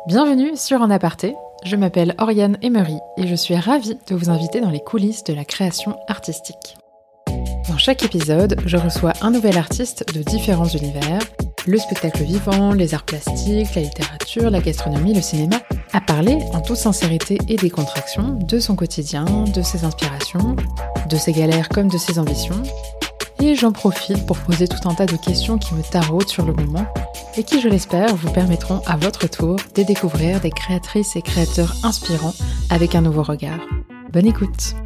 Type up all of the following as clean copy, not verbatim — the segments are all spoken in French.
Bienvenue sur En Aparté, je m'appelle Oriane Emery et je suis ravie de vous inviter dans les coulisses de la création artistique. Dans chaque épisode, je reçois un nouvel artiste de différents univers, le spectacle vivant, les arts plastiques, la littérature, la gastronomie, le cinéma, à parler en toute sincérité et décontraction de son quotidien, de ses inspirations, de ses galères comme de ses ambitions. Et j'en profite pour poser tout un tas de questions qui me taraudent sur le moment et qui, je l'espère, vous permettront à votre tour de découvrir des créatrices et créateurs inspirants avec un nouveau regard. Bonne écoute!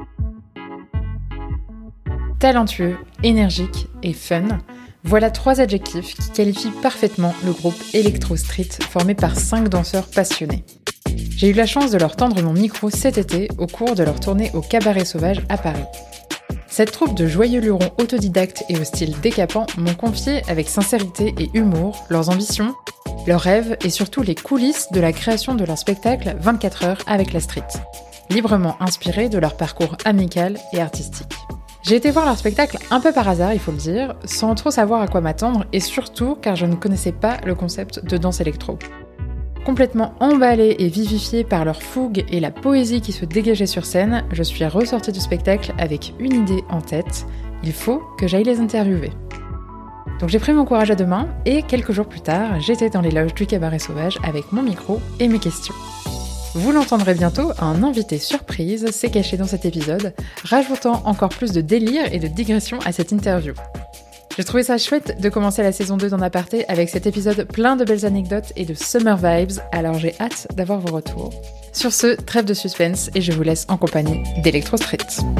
Talentueux, énergique et fun, voilà 3 adjectifs qui qualifient parfaitement le groupe Electro Street formé par 5 danseurs passionnés. J'ai eu la chance de leur tendre mon micro cet été au cours de leur tournée au Cabaret Sauvage à Paris. Cette troupe de joyeux lurons autodidactes et au style décapant m'ont confié avec sincérité et humour leurs ambitions, leurs rêves et surtout les coulisses de la création de leur spectacle 24 heures avec la street, librement inspiré de leur parcours amical et artistique. J'ai été voir leur spectacle un peu par hasard, il faut le dire, sans trop savoir à quoi m'attendre et surtout car je ne connaissais pas le concept de danse électro. Complètement emballée et vivifiée par leur fougue et la poésie qui se dégageait sur scène, je suis ressortie du spectacle avec une idée en tête, il faut que j'aille les interviewer. Donc j'ai pris mon courage à deux mains et quelques jours plus tard, j'étais dans les loges du Cabaret Sauvage avec mon micro et mes questions. Vous l'entendrez bientôt, un invité surprise s'est caché dans cet épisode, rajoutant encore plus de délire et de digression à cette interview. J'ai trouvé ça chouette de commencer la saison 2 d'En Aparté avec cet épisode plein de belles anecdotes et de summer vibes, alors j'ai hâte d'avoir vos retours. Sur ce, trêve de suspense et je vous laisse en compagnie d'Electro Street.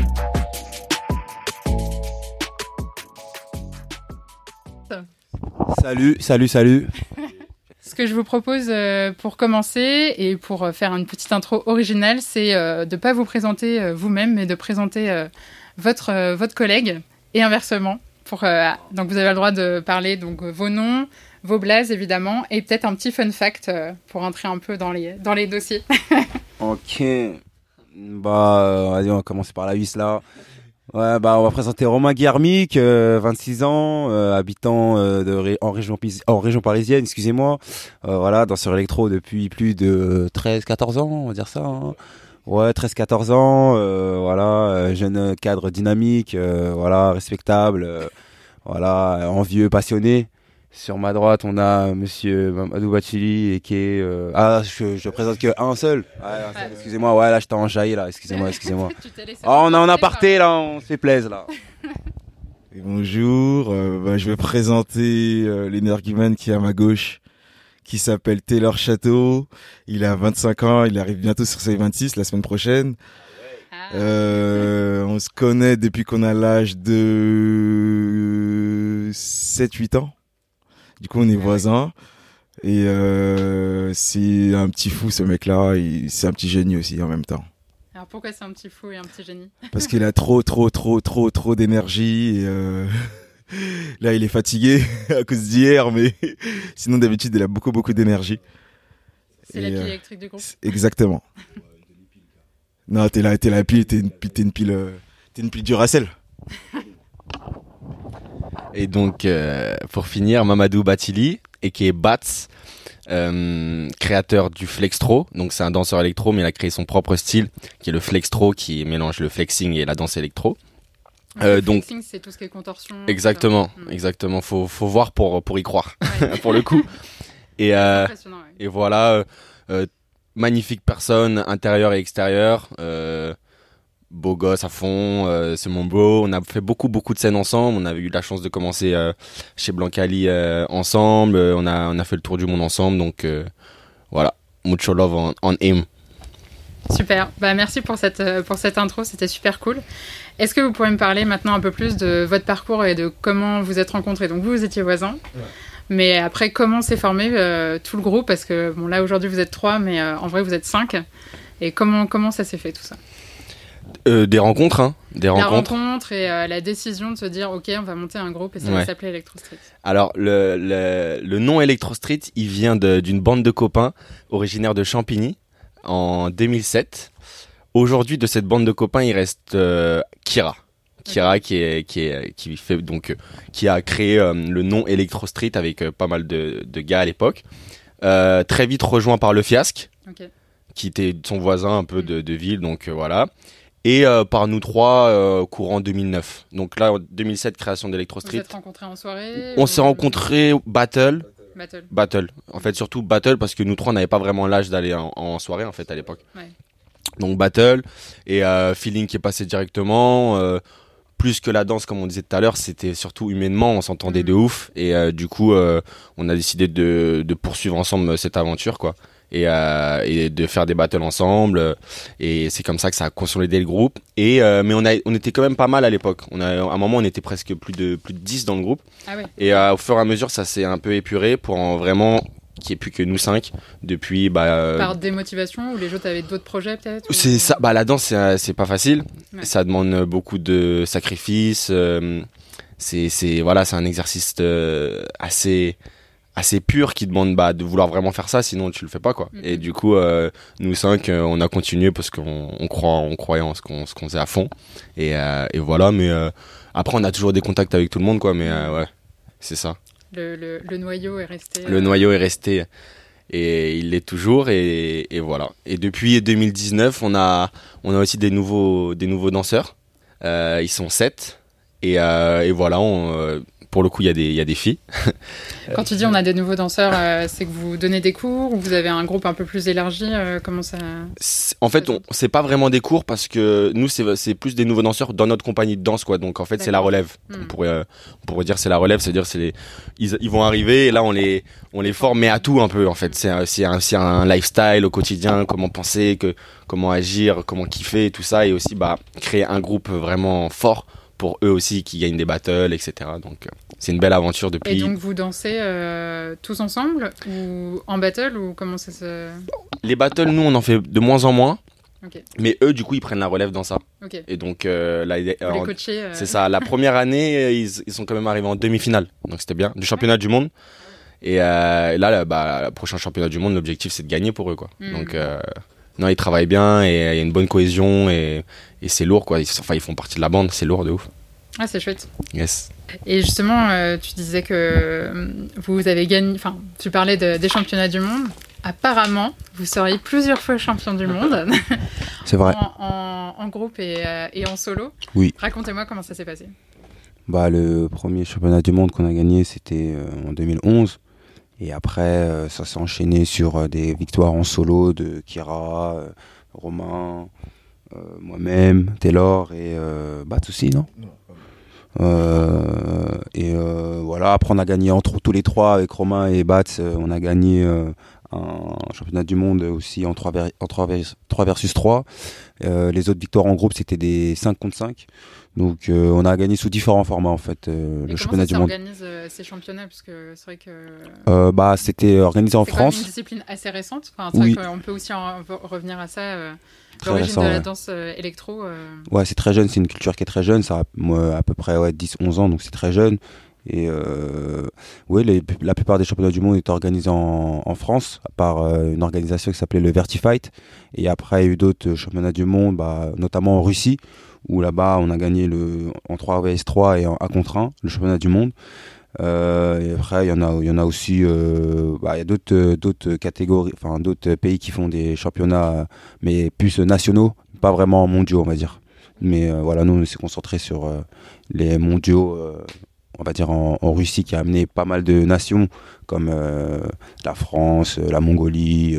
Salut. Ce que je vous propose pour commencer et pour faire une petite intro originale, c'est de ne pas vous présenter vous-même, mais de présenter votre collègue et inversement. Donc vous avez le droit de parler donc, vos noms, vos blazes évidemment, et peut-être un petit fun fact pour entrer un peu dans les dossiers. Ok. Vas-y, on va commencer par la vis là. Ouais, on va présenter Romain Guermic, 26 ans, habitant en région parisienne, excusez-moi. Voilà, danseur électro depuis plus de 13-14 ans, on va dire ça. Hein. Ouais, 13-14 ans, voilà, jeune cadre dynamique, voilà, respectable, voilà, envieux, passionné. Sur ma droite, on a monsieur Mamadou Bachili, qui est... je présente qu'un seul. Ouais. Excusez-moi, ouais, là, je t'ai enjaillé, là, excusez-moi. On est en aparté, là, on se fait plaisir, là. Et bonjour, je vais présenter l'Energyman qui est à ma gauche, qui s'appelle Taylor Château. Il a 25 ans, il arrive bientôt sur ses 26 la semaine prochaine. On se connaît depuis qu'on a l'âge de 7-8 ans. Du coup, on est voisins. Et c'est un petit fou, ce mec-là. C'est un petit génie aussi en même temps. Alors pourquoi c'est un petit fou et un petit génie ? Parce qu'il a trop d'énergie. Et là, il est fatigué à cause d'hier, mais sinon, d'habitude, il a beaucoup d'énergie. C'est la pile électrique du groupe. Exactement. Non, t'es la pile, t'es une pile Duracell. Et donc, pour finir, Mamadou Batili, et qui est Bats, créateur du Flextro. Donc, c'est un danseur électro, mais il a créé son propre style, qui est le Flextro, qui mélange le flexing et la danse électro. Le flexing, c'est tout ce qui est contorsion. Exactement. Faut voir pour y croire, ouais. Pour le coup. Et impressionnant, ouais. Et voilà, magnifique personne, intérieure et extérieure. Beau gosse à fond, c'est mon bro. On a fait beaucoup de scènes ensemble. On a eu la chance de commencer chez Blancali ensemble. On a fait le tour du monde ensemble. Donc voilà, mucho love on him. Super. Merci pour cette intro. C'était super cool. Est-ce que vous pourriez me parler maintenant un peu plus de votre parcours et de comment vous êtes rencontrés ? Donc vous étiez voisins. Ouais. Mais après, comment s'est formé tout le groupe ? Parce que bon, là aujourd'hui vous êtes 3, mais en vrai vous êtes 5. Et comment ça s'est fait tout ça ? Des rencontres, hein. La rencontre et la décision de se dire ok, on va monter un groupe et ça va s'appeler Electro Street. Alors le nom Electro Street, il vient d'une bande de copains originaires de Champigny en 2007. Aujourd'hui, de cette bande de copains, il reste Kira. Kira qui a créé le nom Electro Street avec pas mal de gars à l'époque. Très vite rejoint par le Fiasque, Ok. qui était son voisin un peu de ville, donc voilà. Et par nous trois, courant 2009. Donc là, en 2007, création d'Electro Vous Street. êtes rencontrés en soirée On s'est rencontrés Battle. Battle. En fait, surtout Battle, parce que nous trois, on n'avait pas vraiment l'âge d'aller en soirée, en fait, à l'époque. Ouais. Donc Battle, et Feeling qui est passé directement. Plus que la danse, comme on disait tout à l'heure, c'était surtout humainement, on s'entendait de ouf. Et du coup, on a décidé de poursuivre ensemble cette aventure, quoi. Et de faire des battles ensemble, et c'est comme ça que ça a consolidé le groupe. Et mais on était quand même pas mal à l'époque. À un moment, on était presque plus de 10 dans le groupe. Ah ouais. Et au fur et à mesure, ça s'est un peu épuré pour vraiment qu'il n'y ait plus que nous 5 depuis. Par démotivation, ou les autres avaient d'autres projets peut-être C'est ça. La danse, c'est pas facile. Ouais. Ça demande beaucoup de sacrifices. C'est un exercice assez pur qui demande de vouloir vraiment faire ça, sinon tu le fais pas, quoi. Et du coup, nous 5, on a continué parce qu'on croyait en ce qu'on faisait à fond. Et voilà, mais après on a toujours des contacts avec tout le monde, quoi. Mais ouais, c'est ça. Le noyau est resté. Le noyau est resté, et il l'est toujours, et voilà. Et depuis 2019, on a aussi des nouveaux danseurs. Ils sont 7, et voilà. Pour le coup, il y a des filles. Quand tu dis on a des nouveaux danseurs, c'est que vous donnez des cours, ou vous avez un groupe un peu plus élargi, comment ça... En fait, c'est pas vraiment des cours, parce que nous, c'est plus des nouveaux danseurs dans notre compagnie de danse, quoi. Donc en fait, c'est la relève. On pourrait dire c'est la relève, c'est-à-dire ils vont arriver, et là on les forme, mais à tout un peu, en fait. C'est un lifestyle au quotidien, comment penser, comment agir, comment kiffer, tout ça, et aussi créer un groupe vraiment fort pour eux aussi, qui gagnent des battles, etc. Donc c'est une belle aventure depuis. Et donc vous dansez tous ensemble, ou en battle, ou comment ça se... Les battles, nous on en fait de moins en moins. Okay. Mais eux, du coup, ils prennent la relève dans ça. Okay. Et donc là, les coacher, c'est ça. La première année, ils sont quand même arrivés en demi-finale, donc c'était bien, du championnat du monde. Et là, le prochain championnat du monde, l'objectif c'est de gagner pour eux, quoi. Donc non, ils travaillent bien, et il y a une bonne cohésion, et c'est lourd, quoi. Ils font partie de la bande, c'est lourd de ouf. Ah, c'est chouette. Yes. Et justement, tu disais que vous avez gagné, enfin, tu parlais des championnats du monde. Apparemment, vous seriez plusieurs fois champion du monde. C'est vrai. en groupe et en solo. Oui. Racontez-moi comment ça s'est passé. Le premier championnat du monde qu'on a gagné, c'était en 2011. Et après, ça s'est enchaîné sur des victoires en solo de Kira, Romain, moi-même, Taylor et Bats, non? Voilà, après on a gagné entre tous les trois avec Romain et Bats, on a gagné un championnat du monde aussi en 3 versus 3. Les autres victoires en groupe, c'était des 5 contre 5. Donc on a gagné sous différents formats, en fait, le championnat du monde. Comment ça s'organise ces championnats, parce que c'est vrai que c'était organisé en c'est France. C'est une discipline assez récente. Enfin, c'est oui. vrai qu'on peut aussi revenir à ça. Très L'origine récent, de la ouais. danse électro. Ouais, c'est très jeune, c'est une culture qui est très jeune, ça a à peu près 10-11 ans, donc c'est très jeune. Et la plupart des championnats du monde étaient organisés en France, à part une organisation qui s'appelait le Vertifight. Et après, il y a eu d'autres championnats du monde, notamment en Russie, où là-bas, on a gagné en 3 vs 3 et en 1 contre 1, le championnat du monde. Et après, il y en a aussi, il y a d'autres catégories, enfin d'autres pays qui font des championnats, mais plus nationaux, pas vraiment mondiaux, on va dire. Mais voilà, nous, on s'est concentrés sur les mondiaux. On va dire en Russie, qui a amené pas mal de nations comme la France, la Mongolie,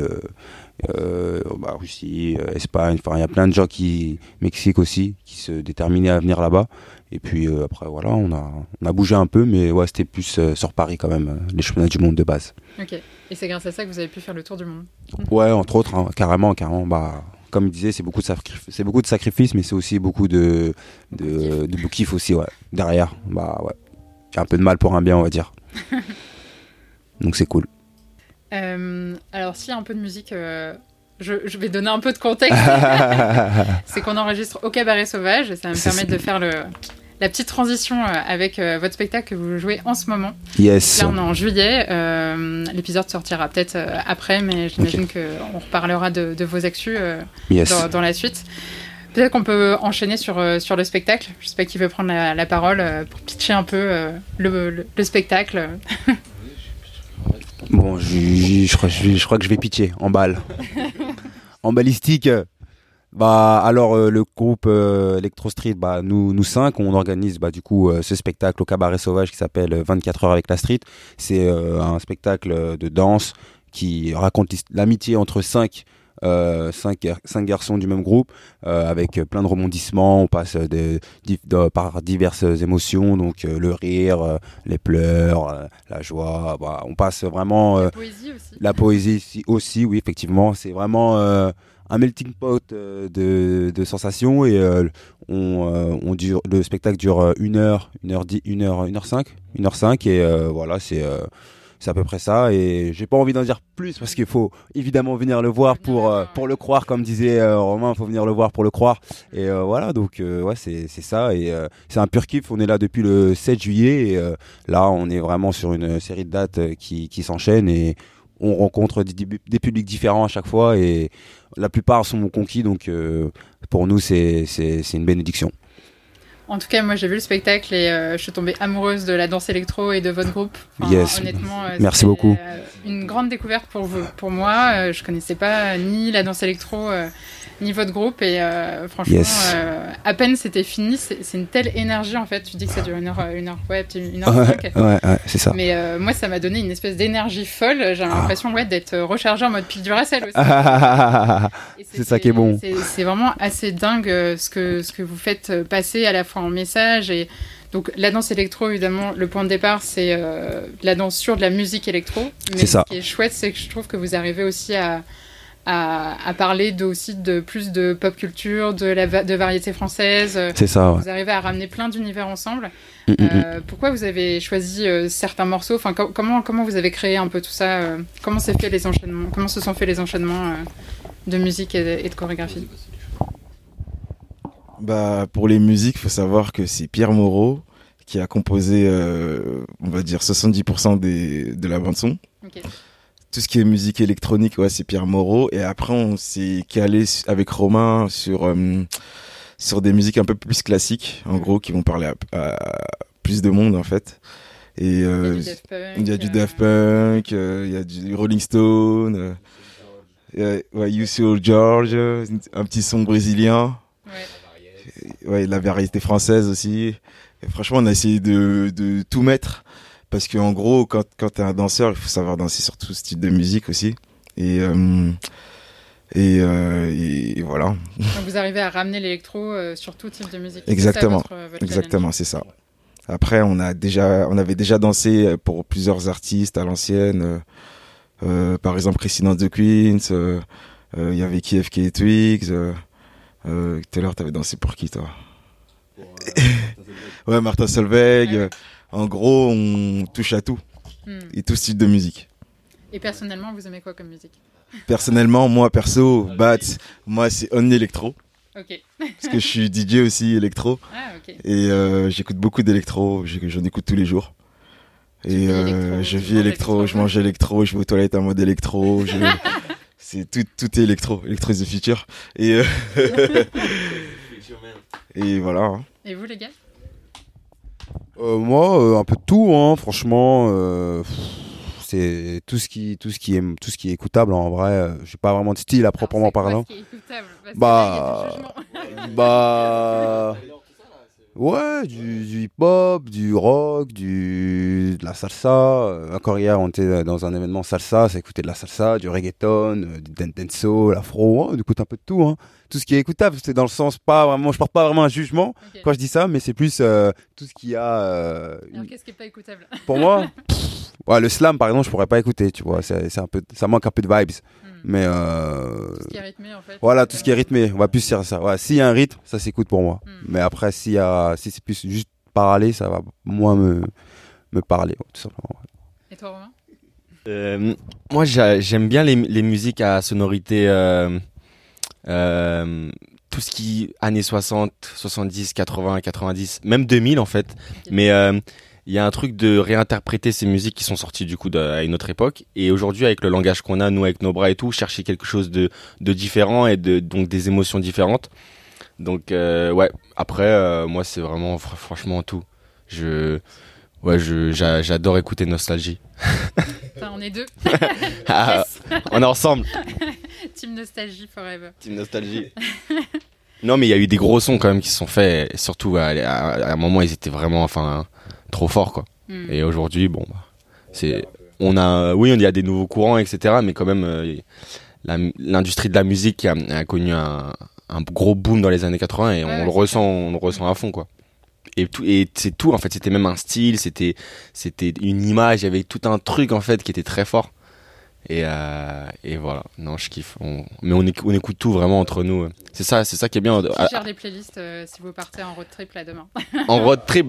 Russie, Espagne. Enfin, il y a plein de gens Mexique aussi, qui se déterminaient à venir là-bas. Et puis après, voilà, on a bougé un peu, mais ouais, c'était plus sur Paris quand même, les championnats du monde de base. Ok. Et c'est grâce à ça que vous avez pu faire le tour du monde. Ouais, entre autres, hein, carrément. Comme il disait, c'est beaucoup de sacrifices, mais c'est aussi beaucoup de kiff aussi, ouais. Derrière, ouais. Un peu de mal pour un bien, on va dire. Donc c'est cool. Alors s'il y a un peu de musique, je vais donner un peu de contexte. C'est qu'on enregistre au Cabaret Sauvage, et ça va me permettre de faire la petite transition avec votre spectacle que vous jouez en ce moment. Yes. Là on est en juillet, l'épisode sortira peut-être après, mais j'imagine qu'on reparlera de vos actus dans la suite. Peut-être qu'on peut enchaîner sur le spectacle. Je sais pas qui veut prendre la parole pour pitcher un peu le spectacle. Bon, je crois que je vais pitcher en balle. En balistique, bah alors le groupe Electro Street, bah nous cinq, on organise du coup ce spectacle au Cabaret Sauvage qui s'appelle 24 heures avec la street. C'est un spectacle de danse qui raconte l'amitié entre cinq garçons du même groupe avec plein de rebondissements. On passe par diverses émotions, donc le rire, les pleurs, la joie. Bah, on passe vraiment La poésie aussi. la poésie aussi, oui, effectivement. C'est vraiment un melting pot de sensations et le spectacle dure 1h5 et voilà, c'est à peu près ça et j'ai pas envie d'en dire plus parce qu'il faut évidemment venir le voir pour le croire, comme disait Romain, il faut venir le voir pour le croire et voilà, donc ouais, c'est ça et c'est un pur kiff. On est là depuis le 7 juillet et là on est vraiment sur une série de dates qui s'enchaînent et on rencontre des publics différents à chaque fois et la plupart sont conquis, donc pour nous c'est une bénédiction. En tout cas, moi j'ai vu le spectacle et je suis tombée amoureuse de la danse électro et de votre groupe. Enfin, Yes, honnêtement, merci beaucoup. Une grande découverte pour moi. Je connaissais pas ni la danse électro ni votre groupe et franchement, Yes. À peine c'était fini, c'est une telle énergie en fait. Tu dis que ça dure une heure, ouais, peut-être 1h05. Ouais, c'est ça. Mais moi ça m'a donné une espèce d'énergie folle. J'ai l'impression d'être rechargée en mode pile Duracell aussi. Et C'est ça qui est bon. C'est vraiment assez dingue ce que vous faites passer à la fois en message et donc la danse électro, évidemment, le point de départ c'est la danse sur de la musique électro. Mais C'est ça. Ce qui est chouette, c'est que je trouve que vous arrivez aussi à parler aussi de plus de pop culture, de variété française. C'est ça, ouais. Vous arrivez à ramener plein d'univers ensemble. Mm. Pourquoi vous avez choisi certains morceaux? Enfin, comment vous avez créé un peu tout ça? Comment s'est fait les enchaînements? Comment se sont faits les enchaînements de musique et de chorégraphie? Bah, pour les musiques, faut savoir que c'est Pierre Moreau qui a composé, on va dire, 70% de la bande-son. Ok. Tout ce qui est musique électronique, ouais, c'est Pierre Moreau. Et après, on s'est calé avec Romain sur des musiques un peu plus classiques, en gros, qui vont parler à plus de monde, en fait. Et il y a du Daft Punk, il y a du Rolling Stone, ouais, UC George, un petit son brésilien. Ouais, la variété française aussi. Et franchement, on a essayé de tout mettre. Parce que en gros, quand t'es un danseur, il faut savoir danser sur tout ce type de musique aussi. Et voilà. Donc vous arrivez à ramener l'électro sur tout type de musique. Exactement. C'est ça, votre Exactement, c'est ça. Après, on avait déjà dansé pour plusieurs artistes à l'ancienne. Par exemple, Christine and the Queens. Il y avait KFK et Twigs. Tout à l'heure, t'avais dansé pour qui, toi? Ouais, Martin Solveig. Ouais. En gros, on touche à tout. Et tout style de musique. Et personnellement, vous aimez quoi comme musique? Personnellement, moi, moi, c'est on électro. Ok. Parce que je suis DJ aussi électro. Ah, ok. Et j'écoute beaucoup d'électro. J'en écoute tous les jours. Et je vis électro, je mange électro, je vais aux toilettes en mode électro. Tout est électro. Electro is the future. Et, et voilà. Hein. Et vous, les gars? Moi, un peu de tout, hein, franchement. C'est tout ce qui est écoutable en vrai. J'ai pas vraiment de style à proprement parlant. Ce qui est écoutable, parce que Bah, là, il y a du jugement. bah, ouais, du hip-hop, du rock, de la salsa. Encore hier, on était dans un événement salsa, ça écoutait de la salsa, du reggaeton, du dancehall, l'afro. On écoute un peu de tout, hein. Tout ce qui est écoutable, c'est dans le sens pas vraiment. Je porte pas vraiment un jugement Ok. quand je dis ça, mais c'est plus tout ce qui a. Alors, qu'est-ce qui est pas écoutable? Pour moi, ouais, le slam par exemple, je pourrais pas écouter, tu vois. C'est un peu, ça manque un peu de vibes. Mais Tout ce qui est rythmé, en fait. voilà, tout ce qui est rythmé, on va plus dire ça. Ouais, s'il y a un rythme, ça s'écoute pour moi. Mais après, si c'est plus juste parler, ça va moins me parler, tout simplement. Et toi, Romain? Moi, j'aime bien les musiques à sonorité, tout ce qui années 60, 70, 80, 90, même 2000 en fait. Ok. Mais il y a un truc de réinterpréter ces musiques qui sont sorties du coup à une autre époque. Et aujourd'hui, avec le langage qu'on a, nous, avec nos bras et tout, chercher quelque chose de différent et donc des émotions différentes. Donc ouais. Après, moi, c'est vraiment franchement tout. J'adore écouter Nostalgie. T'as on est deux. Ah, on est ensemble. Team Nostalgie Forever. Team Nostalgie. Non, mais il y a eu des gros sons quand même qui se sont faits. Et surtout, à un moment, ils étaient vraiment trop forts, quoi. Et aujourd'hui, bon, il y a des nouveaux courants, etc. Mais quand même, l'industrie de la musique a connu un gros boom dans les années 80 et on le ressent à fond, quoi. Et c'est tout, en fait. C'était même un style, c'était une image, il y avait tout un truc, en fait, qui était très fort. Et voilà, non, je kiffe. Mais on écoute tout vraiment entre nous. C'est ça qui est bien. Qui gère des playlists si vous partez en road trip là demain? En road trip.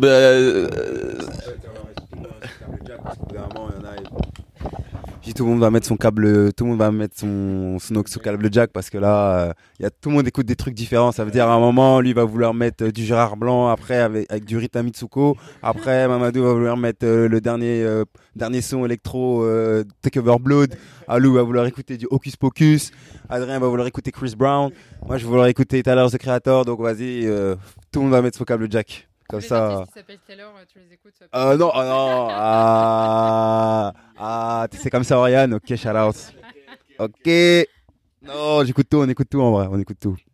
Tout le monde va mettre son câble, tout le monde va mettre son câble jack parce que là, tout le monde écoute des trucs différents. Ça veut dire à un moment, lui va vouloir mettre du Gérard Blanc, après avec du Rita Mitsuko, après Mamadou va vouloir mettre le dernier son électro Take Over Blood, Alou va vouloir écouter du Hocus Pocus, Adrien va vouloir écouter Chris Brown, moi je vais vouloir écouter Tyler the Creator, donc vas-y, tout le monde va mettre son câble jack. Comme les ça. artistes qui s'appellent Taylor, tu les écoutes? Non, c'est comme ça, Oriane. Ok, shout out. Ok. Non, j'écoute tout, on écoute tout en vrai, on écoute tout.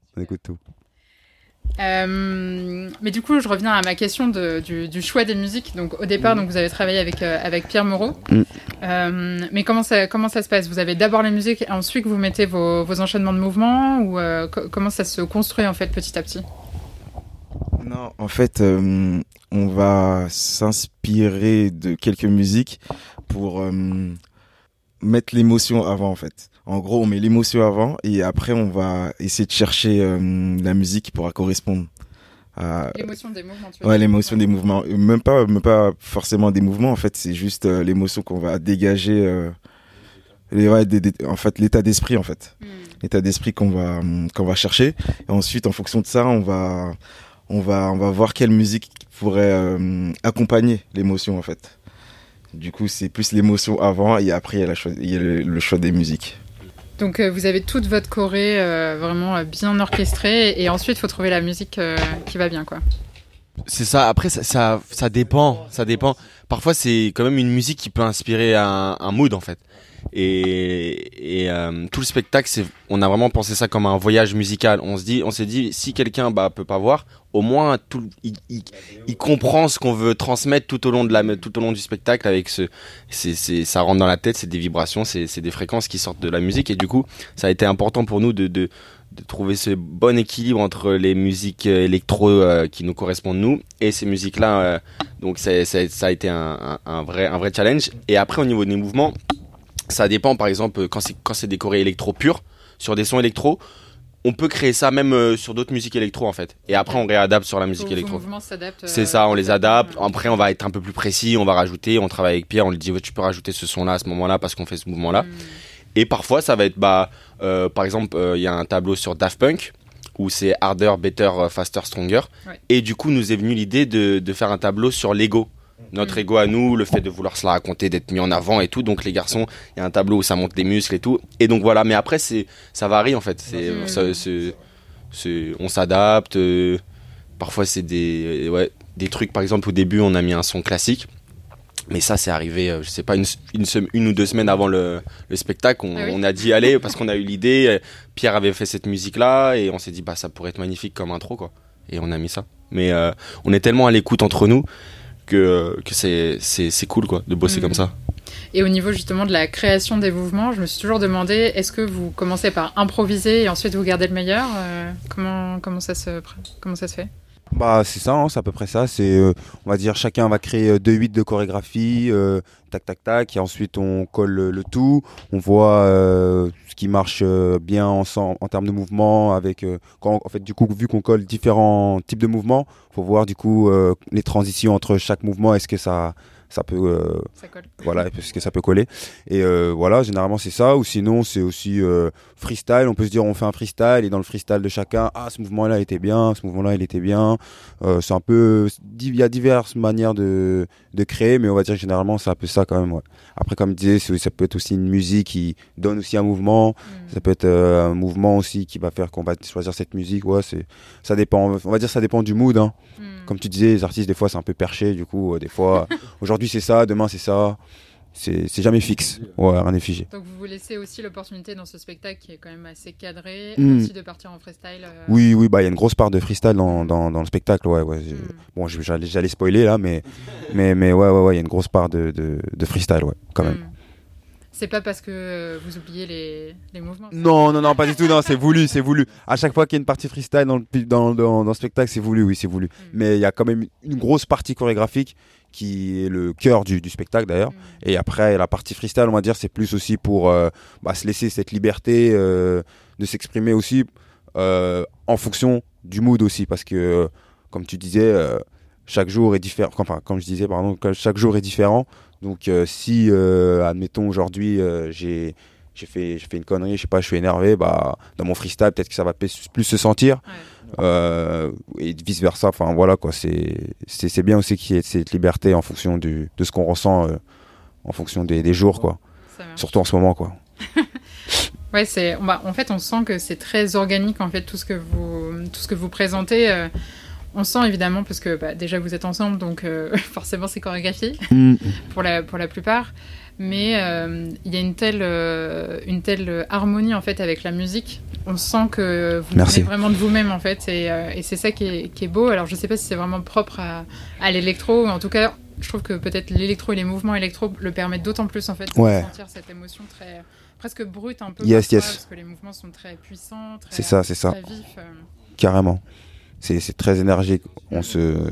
Mais du coup, je reviens à ma question du choix des musiques. Donc, au départ, donc vous avez travaillé avec Pierre Moreau. Mais comment ça se passe? Vous avez d'abord les musiques et ensuite vous mettez vos enchaînements de mouvements ou comment ça se construit en fait petit à petit? Non, en fait, on va s'inspirer de quelques musiques pour mettre l'émotion avant, en fait. En gros, on met l'émotion avant et après, on va essayer de chercher la musique qui pourra correspondre à... L'émotion des mouvements, tu vois. Ouais, l'émotion des mouvements. Même pas forcément des mouvements, en fait, c'est juste l'émotion qu'on va dégager. En fait, l'état d'esprit, en fait. L'état d'esprit qu'on va chercher. Et ensuite, en fonction de ça, on va voir quelle musique pourrait accompagner l'émotion, en fait. Du coup, c'est plus l'émotion avant et après, il y a le choix des musiques. Donc, vous avez toute votre choré vraiment bien orchestrée et ensuite, il faut trouver la musique qui va bien, quoi. C'est ça. Après, ça dépend. Ça dépend. Parfois, c'est quand même une musique qui peut inspirer un mood, en fait. Et tout le spectacle, on a vraiment pensé ça comme un voyage musical. On s'est dit, si quelqu'un peut pas voir, au moins il comprend ce qu'on veut transmettre tout au long du spectacle. Avec ça rentre dans la tête, c'est des vibrations, c'est des fréquences qui sortent de la musique. Et du coup, ça a été important pour nous de trouver ce bon équilibre entre les musiques électro qui nous correspondent nous et ces musiques là. Donc ça a été un vrai challenge. Et après, au niveau des mouvements, ça dépend. Par exemple, quand c'est des chorés électro purs sur des sons électro, on peut créer ça même sur d'autres musiques électro, en fait. Et après, on réadapte sur la musique électro. C'est ça, on les adapte. Après, on va être un peu plus précis, on va rajouter, on travaille avec Pierre, on lui dit, tu peux rajouter ce son-là à ce moment-là parce qu'on fait ce mouvement-là. Et parfois, ça va être, par exemple, il y a un tableau sur Daft Punk où c'est Harder, Better, Faster, Stronger. Ouais. Et du coup, nous est venue l'idée de faire un tableau sur l'ego. Notre ego à nous, le fait de vouloir se la raconter, d'être mis en avant et tout. Donc les garçons, il y a un tableau où ça monte des muscles et tout. Et donc voilà, mais après ça varie, en fait. On s'adapte. Parfois c'est des trucs. Par exemple, au début, on a mis un son classique. Mais ça, c'est arrivé, je sais pas, une ou deux semaines avant le spectacle. On a dit allez, parce qu'on a eu l'idée. Pierre avait fait cette musique-là et on s'est dit ça pourrait être magnifique comme intro, quoi. Et on a mis ça. Mais on est tellement à l'écoute entre nous que c'est cool, quoi, de bosser comme ça. Et au niveau justement de la création des mouvements, je me suis toujours demandé, est-ce que vous commencez par improviser et ensuite vous gardez le meilleur? Comment ça se fait? C'est ça, hein, c'est à peu près ça. C'est, on va dire, chacun va créer 2-8 de chorégraphie, tac tac tac, et ensuite on colle le tout. On voit ce qui marche bien ensemble en termes de mouvement. Avec, en fait, du coup, vu qu'on colle différents types de mouvements, faut voir du coup les transitions entre chaque mouvement. Est-ce que ça peut ça colle. Voilà, parce que ça peut coller. Et voilà, généralement c'est ça. Ou sinon c'est aussi freestyle. On peut se dire on fait un freestyle et dans le freestyle de chacun, ce mouvement-là était bien, ce mouvement-là il était bien. C'est un peu, il y a diverses manières de créer, mais on va dire que généralement c'est un peu ça quand même. Ouais. Après, comme je disais, ça peut être aussi une musique qui donne aussi un mouvement. Ça peut être un mouvement aussi qui va faire qu'on va choisir cette musique. Ouais, ça dépend. On va dire ça dépend du mood. Hein. Comme tu disais, les artistes des fois c'est un peu perché. Du coup, des fois aujourd'hui c'est ça, demain c'est ça. c'est jamais fixe. Ouais, rien n'est figé. Donc vous vous laissez aussi l'opportunité dans ce spectacle qui est quand même assez cadré, aussi de partir en freestyle. Oui, bah il y a une grosse part de freestyle dans le spectacle, ouais. Bon, j'allais spoiler là, mais ouais, il y a une grosse part de freestyle, ouais, quand même. C'est pas parce que vous oubliez les mouvements. Non, pas du tout. Non, c'est voulu. À chaque fois qu'il y a une partie freestyle dans le spectacle, c'est voulu, oui, c'est voulu. Mais il y a quand même une grosse partie chorégraphique qui est le cœur du spectacle d'ailleurs. Et après, la partie freestyle, on va dire, c'est plus aussi pour se laisser cette liberté de s'exprimer aussi en fonction du mood aussi, parce que comme tu disais, chaque jour est différent. Enfin, comme je disais, pardon, chaque jour est différent. Donc si admettons aujourd'hui j'ai fait une connerie, je sais pas, je suis énervé, bah dans mon freestyle peut-être que ça va plus se sentir, et vice versa. Enfin voilà quoi, c'est bien aussi qu'il y ait cette liberté en fonction de ce qu'on ressent en fonction des jours quoi, surtout en ce moment quoi. Ouais, en fait on sent que c'est très organique en fait tout ce que vous présentez. On sent évidemment, parce que déjà vous êtes ensemble, donc forcément c'est chorégraphié pour la plupart. Mais il y a une telle harmonie en fait avec la musique. On sent que vous venez vraiment de vous-même en fait, et c'est ça qui est beau. Alors je sais pas si c'est vraiment propre à l'électro, mais en tout cas je trouve que peut-être l'électro et les mouvements électro le permettent d'autant plus en fait de sentir cette émotion très presque brute un peu. Yes. Parce que les mouvements sont très puissants, très vifs. Carrément. C'est très énergique. On se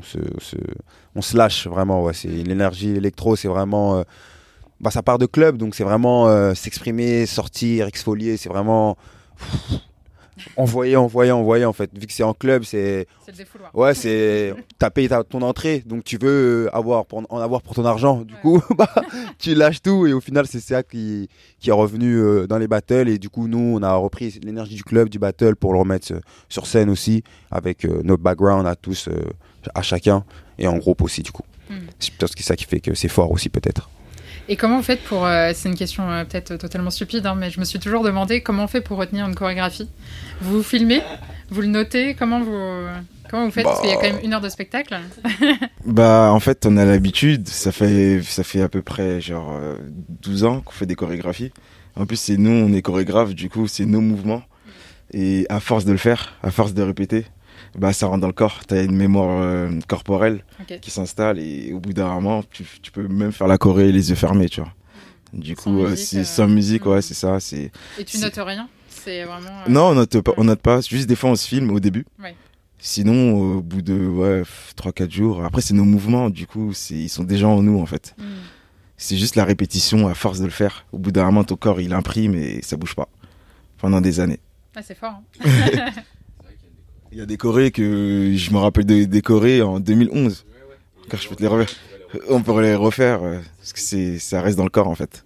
lâche vraiment. Ouais. C'est l'énergie électro, c'est vraiment. Ça part de club, donc c'est vraiment s'exprimer, sortir, exfolier. C'est vraiment envoyer en fait. Vu que c'est en club, c'est le défouloir. Ouais, t'as payé ton entrée, donc tu veux en avoir pour ton argent. Du coup, tu lâches tout, et au final, c'est ça qui est revenu dans les battles. Et du coup, nous, on a repris l'énergie du club, du battle, pour le remettre sur scène aussi, avec nos backgrounds à tous, à chacun, et en groupe aussi, du coup. C'est peut-être ça qui fait que c'est fort aussi, peut-être. Et comment vous faites pour... c'est une question peut-être totalement stupide, hein, mais je me suis toujours demandé comment on fait pour retenir une chorégraphie. Vous filmez, vous le notez, comment vous faites, parce qu'il y a quand même 1 heure de spectacle. En fait, on a l'habitude, ça fait à peu près 12 ans qu'on fait des chorégraphies. En plus, c'est nous, on est chorégraphes, du coup, c'est nos mouvements. Et à force de le faire, à force de répéter, ça rentre dans le corps. Tu as une mémoire corporelle qui s'installe, et au bout d'un moment, tu peux même faire la choré les yeux fermés, tu vois. Du coup, c'est sans musique, ouais, c'est ça. Et tu notes rien? C'est vraiment... Non, on note pas. Juste des fois, on se filme au début. Ouais. Sinon, au bout de 3-4 jours, après, c'est nos mouvements, du coup, ils sont déjà en nous, en fait. C'est juste la répétition, à force de le faire. Au bout d'un moment, ton corps, il imprime et ça bouge pas. Pendant des années. Ah, c'est fort, hein. Il y a des chorés que je me rappelle des chorés en 2011. Car je peux te les refaire. On pourrait les refaire parce que ça reste dans le corps en fait.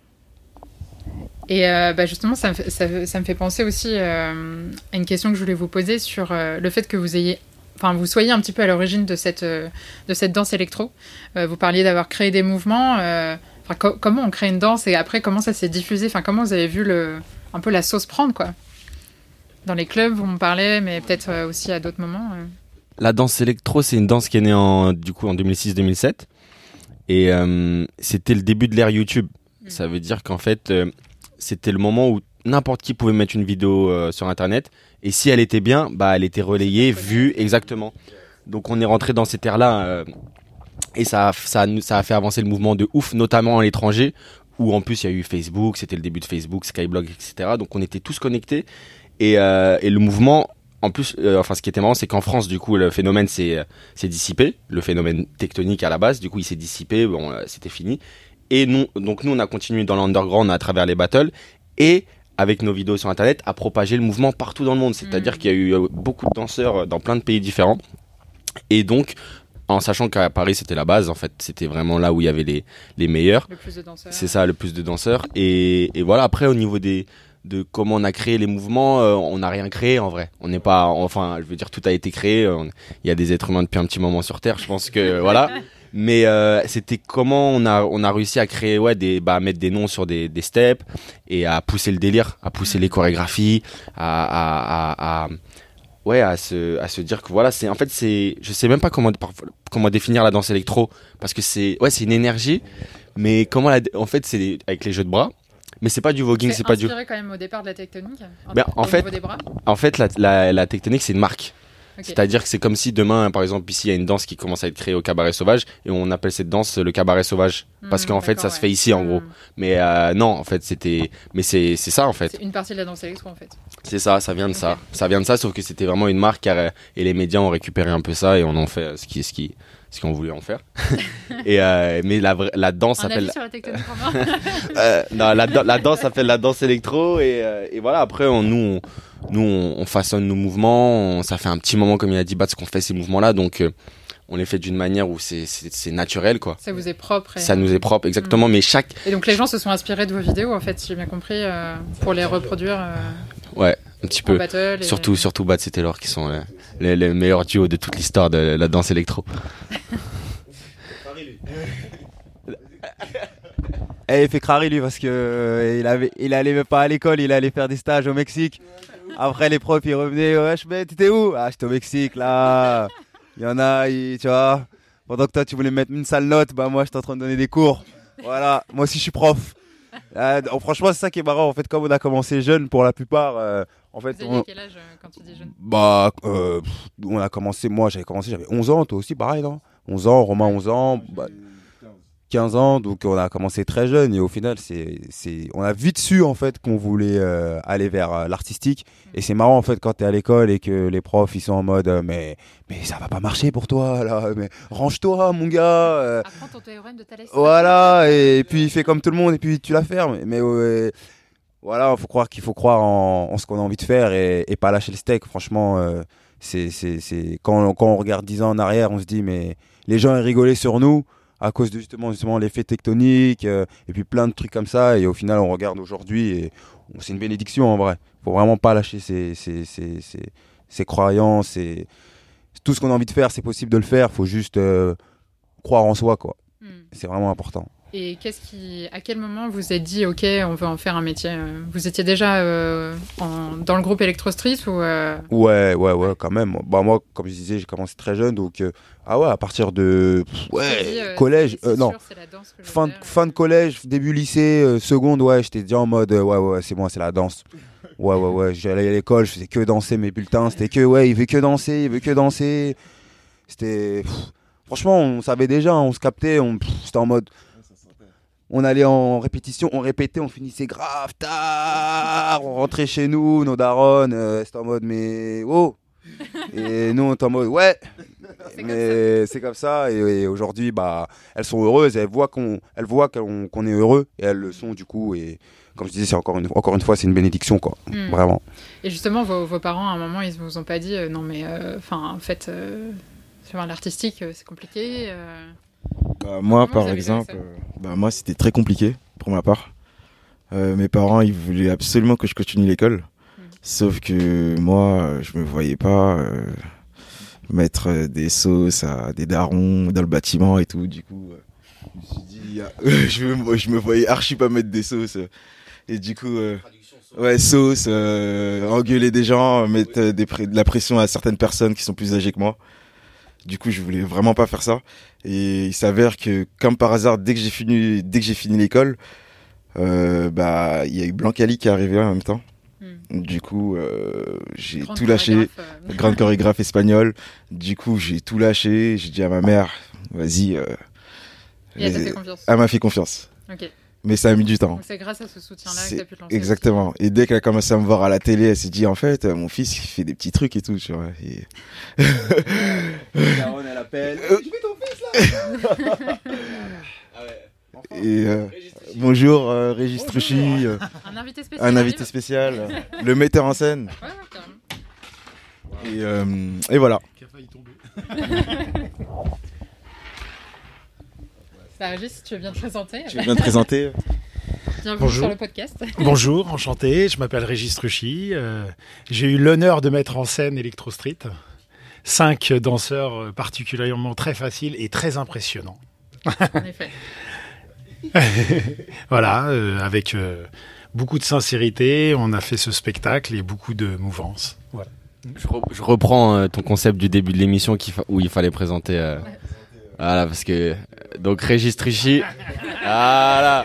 Et justement, ça me fait penser aussi à une question que je voulais vous poser sur le fait que vous soyez un petit peu à l'origine de cette danse électro. Vous parliez d'avoir créé des mouvements. Comment on crée une danse, et après comment ça s'est diffusé? Comment vous avez vu un peu la sauce prendre, quoi? Dans les clubs, vous me parlez, mais peut-être aussi à d'autres moments. La danse électro, c'est une danse qui est née en 2006-2007. Et c'était le début de l'ère YouTube. Ça veut dire qu'en fait, c'était le moment où n'importe qui pouvait mettre une vidéo sur Internet. Et si elle était bien, elle était relayée, vue, exactement. Donc on est rentré dans cette ère-là. Et ça a fait avancer le mouvement de ouf, notamment à l'étranger, où en plus il y a eu Facebook, c'était le début de Facebook, Skyblog, etc. Donc on était tous connectés. Et le mouvement, en plus, ce qui était marrant, c'est qu'en France, du coup, le phénomène s'est dissipé. Le phénomène tectonique à la base, du coup, il s'est dissipé. Bon, c'était fini. Et nous, on a continué dans l'underground à travers les battles, et avec nos vidéos sur Internet, à propager le mouvement partout dans le monde. C'est-à-dire qu'il y a eu beaucoup de danseurs dans plein de pays différents. Et donc, en sachant qu'à Paris, c'était la base, en fait, c'était vraiment là où il y avait les meilleurs. Le plus de danseurs. C'est ça, le plus de danseurs. Et voilà, après, au niveau de comment on a créé les mouvements, on n'a rien créé en vrai. On n'est pas, je veux dire, tout a été créé. Il y a des êtres humains depuis un petit moment sur Terre, je pense que voilà. Mais c'était comment on a réussi à créer, à mettre des noms sur des steps, et à pousser le délire, à pousser les chorégraphies, à se dire que voilà, je sais même pas comment définir la danse électro, parce que c'est une énergie. Mais en fait, c'est avec les jeux de bras. Mais c'est pas du voguing, c'est pas du. Inspiré quand même au départ de la tectonique. En fait, la tectonique, c'est une marque. Okay. C'est-à-dire que c'est comme si demain, par exemple, ici, il y a une danse qui commence à être créée au cabaret sauvage et on appelle cette danse le cabaret sauvage. Parce qu'en fait, ça se fait ici, en gros. Mais non, en fait, mais c'est ça, en fait. C'est une partie de la danse électro, en fait. C'est ça, ça vient de ça. Ça vient de ça, sauf que c'était vraiment une marque et les médias ont récupéré un peu ça et on en fait ce qu'on voulait en faire. Mais la danse s'appelle. Avis sur la tectonique, non, la danse s'appelle la danse électro et voilà. Après, on façonne nos mouvements. Ça fait un petit moment, comme il a dit Bats, qu'on fait ces mouvements-là, donc on les fait d'une manière où c'est naturel, quoi. Ça vous est propre. Ça nous est propre, exactement. Mais Et donc les gens se sont inspirés de vos vidéos, en fait, si j'ai bien compris, pour les reproduire. Ouais, un petit peu. Surtout Bats et Taylor qui sont les meilleurs duos de toute l'histoire de la danse électro. Il fait crari lui parce que il allait même pas à l'école, il allait faire des stages au Mexique. Après les profs ils revenaient, wesh mais t'étais où? Ah j'étais au Mexique là. Il y en a, tu vois. Pendant que toi tu voulais mettre une sale note, bah moi j'étais en train de donner des cours. Voilà, moi aussi je suis prof. Franchement c'est ça qui est marrant en fait, comme on a commencé jeune pour la plupart. En fait, vous aviez quel âge quand tu dis jeune? Bah on a commencé, j'avais 11 ans, toi aussi pareil non? 11 ans, Romain 11 ans. 15 ans, donc on a commencé très jeune et au final on a vite su en fait qu'on voulait aller vers l'artistique et c'est marrant en fait quand t'es à l'école et que les profs ils sont en mode mais ça va pas marcher pour toi là, mais range-toi mon gars. Apprends ton théorème de Thalès. Voilà et puis il fait comme tout le monde et puis tu la fermes mais voilà qu'il faut croire en ce qu'on a envie de faire et pas lâcher le steak. Franchement c'est quand on regarde 10 ans en arrière on se dit mais les gens ils rigolaient sur nous à cause de justement l'effet tectonique et puis plein de trucs comme ça et au final on regarde aujourd'hui et c'est une bénédiction en vrai. Faut vraiment pas lâcher ses croyances et tout ce qu'on a envie de faire, c'est possible de le faire, faut juste croire en soi quoi. C'est vraiment important. Et à quel moment vous vous êtes dit ok on veut en faire un métier? Vous étiez déjà dans le groupe Electro Street ou Ouais quand même. Bah moi comme je disais j'ai commencé très jeune donc à partir de collège non sûr, la danse que fin de collège début lycée seconde j'étais déjà en mode ouais c'est moi c'est la danse. Ouais j'allais à l'école je faisais que danser mes bulletins c'était que il veut que danser c'était franchement on savait déjà on se captait c'était en mode on allait en répétition, on répétait, on finissait grave tard, on rentrait chez nous, nos darons, c'était en mode mais oh. Et nous on était en mode ouais. Mais c'est comme ça et aujourd'hui bah elles sont heureuses, elles voient qu'on est heureux et elles le sont du coup et comme je disais c'est encore une fois c'est une bénédiction quoi, vraiment. Et justement vos parents à un moment ils vous ont pas dit non mais en fait sur l'artistique c'est compliqué moi par exemple moi c'était très compliqué pour ma part. Mes parents ils voulaient absolument que je continue l'école. Sauf que moi je me voyais pas mettre des sauces à des darons dans le bâtiment et tout. Du coup je me suis dit je me voyais archi pas mettre des sauces et du coup sauce engueuler des gens, mettre de la pression à certaines personnes qui sont plus âgées que moi. Du coup, je voulais vraiment pas faire ça. Et il s'avère que, comme par hasard, dès que j'ai fini l'école, il y a eu Blancali qui est arrivé en même temps. Du coup, j'ai tout lâché. Grande chorégraphe espagnole. Du coup, j'ai tout lâché. J'ai dit à ma mère, vas-y. Et elle t'a fait confiance. Elle m'a fait confiance. Ok. Mais ça a mis du temps. Donc c'est grâce à ce soutien-là que t'as pu te lancer. Exactement. Et dès qu'elle a commencé à me voir à la télé, elle s'est dit, en fait, mon fils, il fait des petits trucs et tout, tu vois. Et... Caron, elle appelle. Je fais ton fils, là! Et bonjour, Régis Truchy. Un invité spécial. Un invité spécial. Le metteur en scène. Ouais, et voilà. Qui a failli tomber. Régis, tu veux bien te présenter? Tu veux bien te présenter? Bienvenue Bonjour. sur le podcast. Bonjour, enchanté, je m'appelle Régis Truchy. J'ai eu l'honneur de mettre en scène Electro Street. 5 danseurs particulièrement très faciles et très impressionnants. En effet. Voilà, avec beaucoup de sincérité, on a fait ce spectacle et beaucoup de mouvance. Voilà. Je reprends ton concept du début de l'émission où il fallait présenter Voilà, parce que donc Régis Truchy, voilà.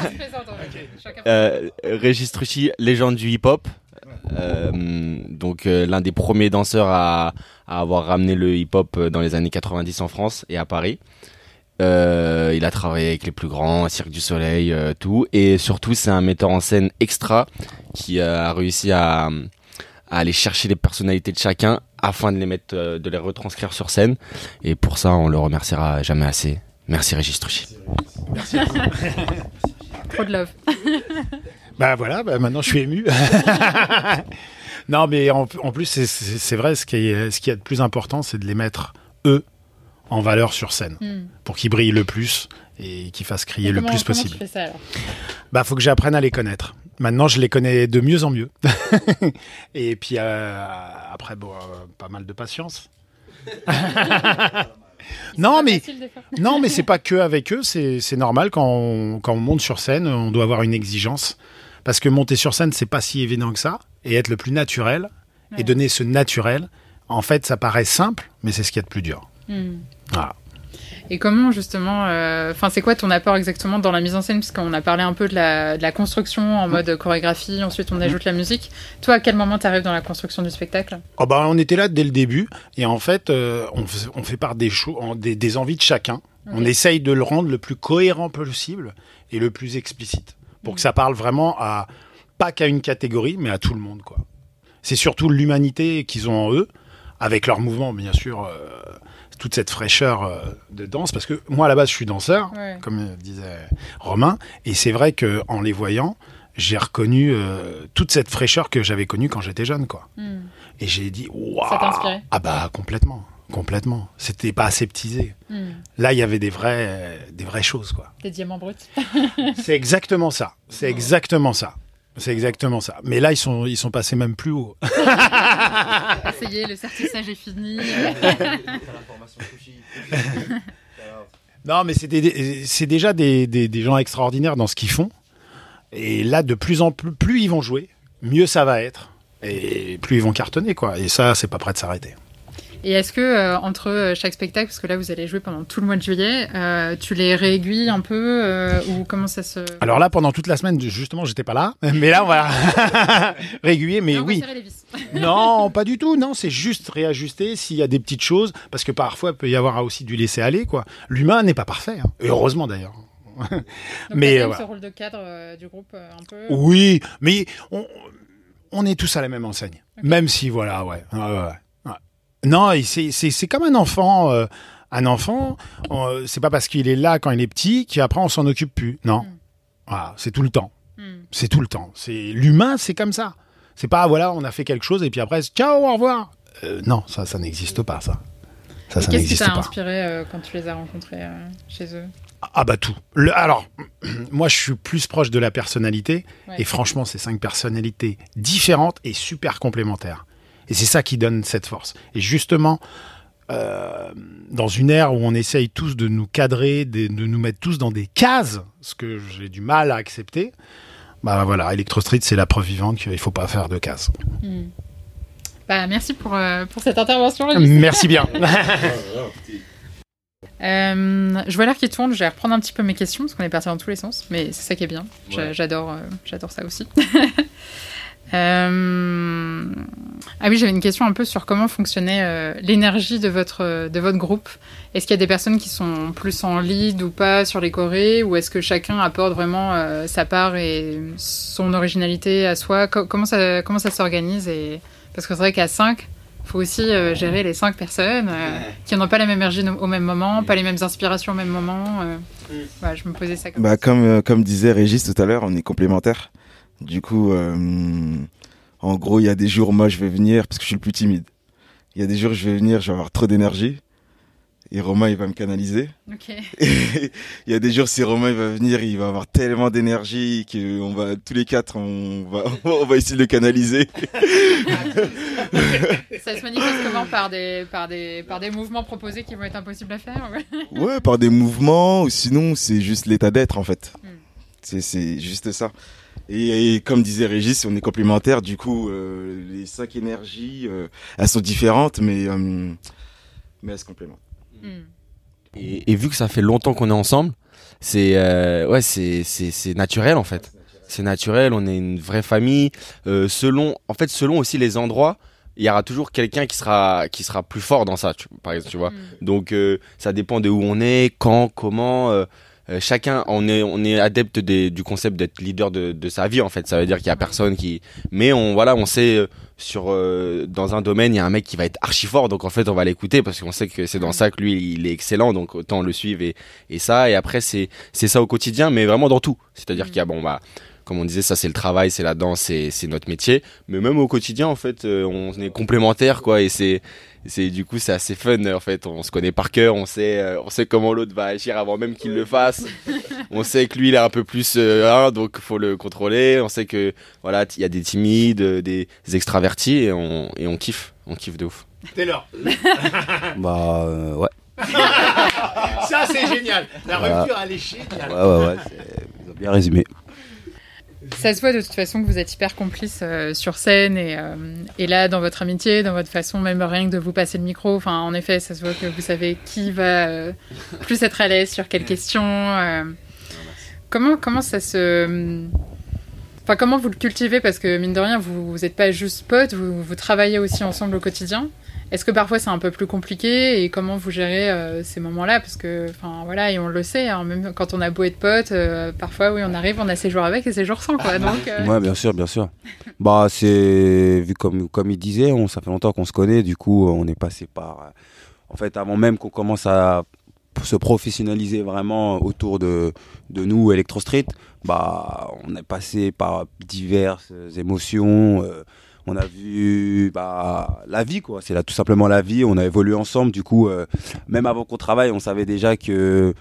Régis Truchy, légende du hip-hop. Donc l'un des premiers danseurs à avoir ramené le hip-hop dans les années 90 en France et à Paris. Il a travaillé avec les plus grands, Cirque du Soleil, tout. Et surtout, c'est un metteur en scène extra qui a réussi à aller chercher les personnalités de chacun afin de les mettre, de les retranscrire sur scène. Et pour ça, on le remerciera jamais assez. Merci Régis Truchy. Merci. Trop de love. Bah voilà, maintenant je suis ému. Non, mais en plus, c'est vrai, ce qu'il y a de plus important, c'est de les mettre, eux, en valeur sur scène, pour qu'ils brillent le plus et qu'ils fassent crier le plus possible. Comment tu fais ça, alors ? Bah, faut que j'apprenne à les connaître. Maintenant, je les connais de mieux en mieux. Et puis, après, pas mal de patience. Non, mais c'est pas que avec eux. C'est normal quand on monte sur scène, on doit avoir une exigence. Parce que monter sur scène, c'est pas si évident que ça. Et être le plus naturel, et donner ce naturel, en fait, ça paraît simple, mais c'est ce qu'il y a de plus dur. Voilà. Et comment justement, c'est quoi ton apport exactement dans la mise en scène, puisqu'on a parlé un peu de la construction en mode chorégraphie, ensuite on ajoute la musique. Toi, à quel moment tu arrives dans la construction du spectacle ? On était là dès le début, et en fait, on fait part des envies de chacun. Okay. On essaye de le rendre le plus cohérent possible et le plus explicite, pour que ça parle vraiment pas qu'à une catégorie, mais à tout le monde, quoi. C'est surtout l'humanité qu'ils ont en eux, avec leur mouvement, bien sûr. Toute cette fraîcheur de danse, parce que moi à la base je suis danseur, comme disait Romain, et c'est vrai que en les voyant, j'ai reconnu toute cette fraîcheur que j'avais connue quand j'étais jeune, quoi. Et j'ai dit waouh. Ça t'a inspiré ? Ah bah complètement. C'était pas aseptisé. Là il y avait des vraies choses, quoi. Des diamants bruts. C'est exactement ça. C'est exactement ça. Mais là, ils sont passés même plus haut. Ça y est, le certissage est fini. Non, mais c'est déjà des gens extraordinaires dans ce qu'ils font. Et là, de plus en plus ils vont jouer, mieux ça va être. Et plus ils vont cartonner, quoi. Et ça, c'est pas prêt de s'arrêter. Et est-ce que entre chaque spectacle, parce que là vous allez jouer pendant tout le mois de juillet, tu les réaiguilles un peu ou comment ça se... Alors là, pendant toute la semaine, justement, j'étais pas là, mais là on va réaiguiller, mais oui. Les vis. Non, pas du tout. Non, c'est juste réajuster s'il y a des petites choses, parce que parfois il peut y avoir aussi du laisser aller, quoi. L'humain n'est pas parfait, hein. Et heureusement d'ailleurs. Donc mais ce rôle de cadre du groupe un peu. Oui, mais on est tous à la même enseigne, même si voilà, ouais. Non, c'est comme un enfant. Un enfant, c'est pas parce qu'il est là quand il est petit qu'après on s'en occupe plus. Non, voilà, c'est tout le temps. C'est tout le temps. C'est l'humain, c'est comme ça. C'est pas voilà, on a fait quelque chose et puis après ciao, au revoir. Non, ça n'existe pas, ça. Ça qu'est-ce n'existe qui t'a pas. inspiré quand tu les as rencontrés chez eux ? Ah bah tout. Alors, moi je suis plus proche de la personnalité et franchement, c'est 5 personnalités différentes et super complémentaires. Et c'est ça qui donne cette force. Et justement, dans une ère où on essaye tous de nous cadrer, de nous mettre tous dans des cases, ce que j'ai du mal à accepter, bah voilà, Electro Street, c'est la preuve vivante qu'il ne faut pas faire de cases. Bah, merci pour cette intervention. Merci bien. Je vois l'heure qui tourne, je vais reprendre un petit peu mes questions, parce qu'on est parti dans tous les sens, mais c'est ça qui est bien. J'adore ça aussi. Ah oui, j'avais une question un peu sur comment fonctionnait l'énergie de votre groupe. Est-ce qu'il y a des personnes qui sont plus en lead ou pas sur les chorés, ou est-ce que chacun apporte vraiment sa part et son originalité à soi ? Comment ça s'organise Parce que c'est vrai qu'à 5, il faut aussi gérer les 5 personnes qui n'ont pas la même énergie au même moment, pas les mêmes inspirations au même moment. Voilà, je me posais ça comme ça. Comme disait Régis tout à l'heure, on est complémentaires. Du coup, en gros, il y a des jours, moi, je vais venir, parce que je suis le plus timide. Il y a des jours, je vais venir, je vais avoir trop d'énergie. Et Romain, il va me canaliser. Ok. Et il y a des jours, si Romain, il va venir, il va avoir tellement d'énergie qu'on va, tous les 4, on va essayer de le canaliser. Ça se manifeste comment par des mouvements proposés qui vont être impossibles à faire? Ouais, par des mouvements, ou sinon, c'est juste l'état d'être, en fait. C'est juste ça. Et comme disait Régis, on est complémentaires, du coup, les 5 énergies, elles sont différentes, mais elles se complémentent. Et vu que ça fait longtemps qu'on est ensemble, c'est naturel en fait. C'est naturel, on est une vraie famille. Selon aussi les endroits, il y aura toujours quelqu'un qui sera plus fort dans ça, par exemple, tu vois. Donc ça dépend de où on est, quand, comment. Chacun, on est adepte du concept d'être leader de sa vie en fait. Ça veut dire qu'il y a personne qui, mais on sait dans un domaine il y a un mec qui va être archi fort, donc en fait on va l'écouter parce qu'on sait que c'est dans ça que lui il est excellent, donc autant le suivre et ça. Et après c'est ça au quotidien, mais vraiment dans tout. C'est-à-dire qu'il y a comme on disait, ça c'est le travail, c'est la danse, c'est notre métier. Mais même au quotidien, en fait, on est complémentaires, quoi. Et du coup, c'est assez fun. En fait, on se connaît par cœur, on sait comment l'autre va agir avant même qu'il le fasse. On sait que lui, il est un peu plus, donc faut le contrôler. On sait que voilà, il y a des timides, des extravertis, et on kiffe de ouf. Taylor. Ouais. Ça c'est génial. La rupture elle est géniale. Ouais. Vous avez bien résumé. Ça se voit de toute façon que vous êtes hyper complices sur scène et là dans votre amitié, dans votre façon même rien que de vous passer le micro. Enfin, en effet, ça se voit que vous savez qui va plus être à l'aise sur quelle question. Comment ça se... Enfin, comment vous le cultivez? Parce que mine de rien, vous n'êtes pas juste potes, vous travaillez aussi ensemble au quotidien. Est-ce que parfois c'est un peu plus compliqué et comment vous gérez ces moments-là? Parce que, enfin voilà, et on le sait, hein, même quand on a beau être potes, parfois oui, on arrive, on a ses jours avec et ses jours sans, quoi. Donc, Ouais, bien sûr. C'est vu comme il disait, ça fait longtemps qu'on se connaît, du coup, on est passé par. En fait, avant même qu'on commence à se professionnaliser vraiment autour de nous, Electro Street, on est passé par diverses émotions. On a vu la vie, quoi. C'est là tout simplement la vie. On a évolué ensemble. Du coup, même avant qu'on travaille, on savait déjà que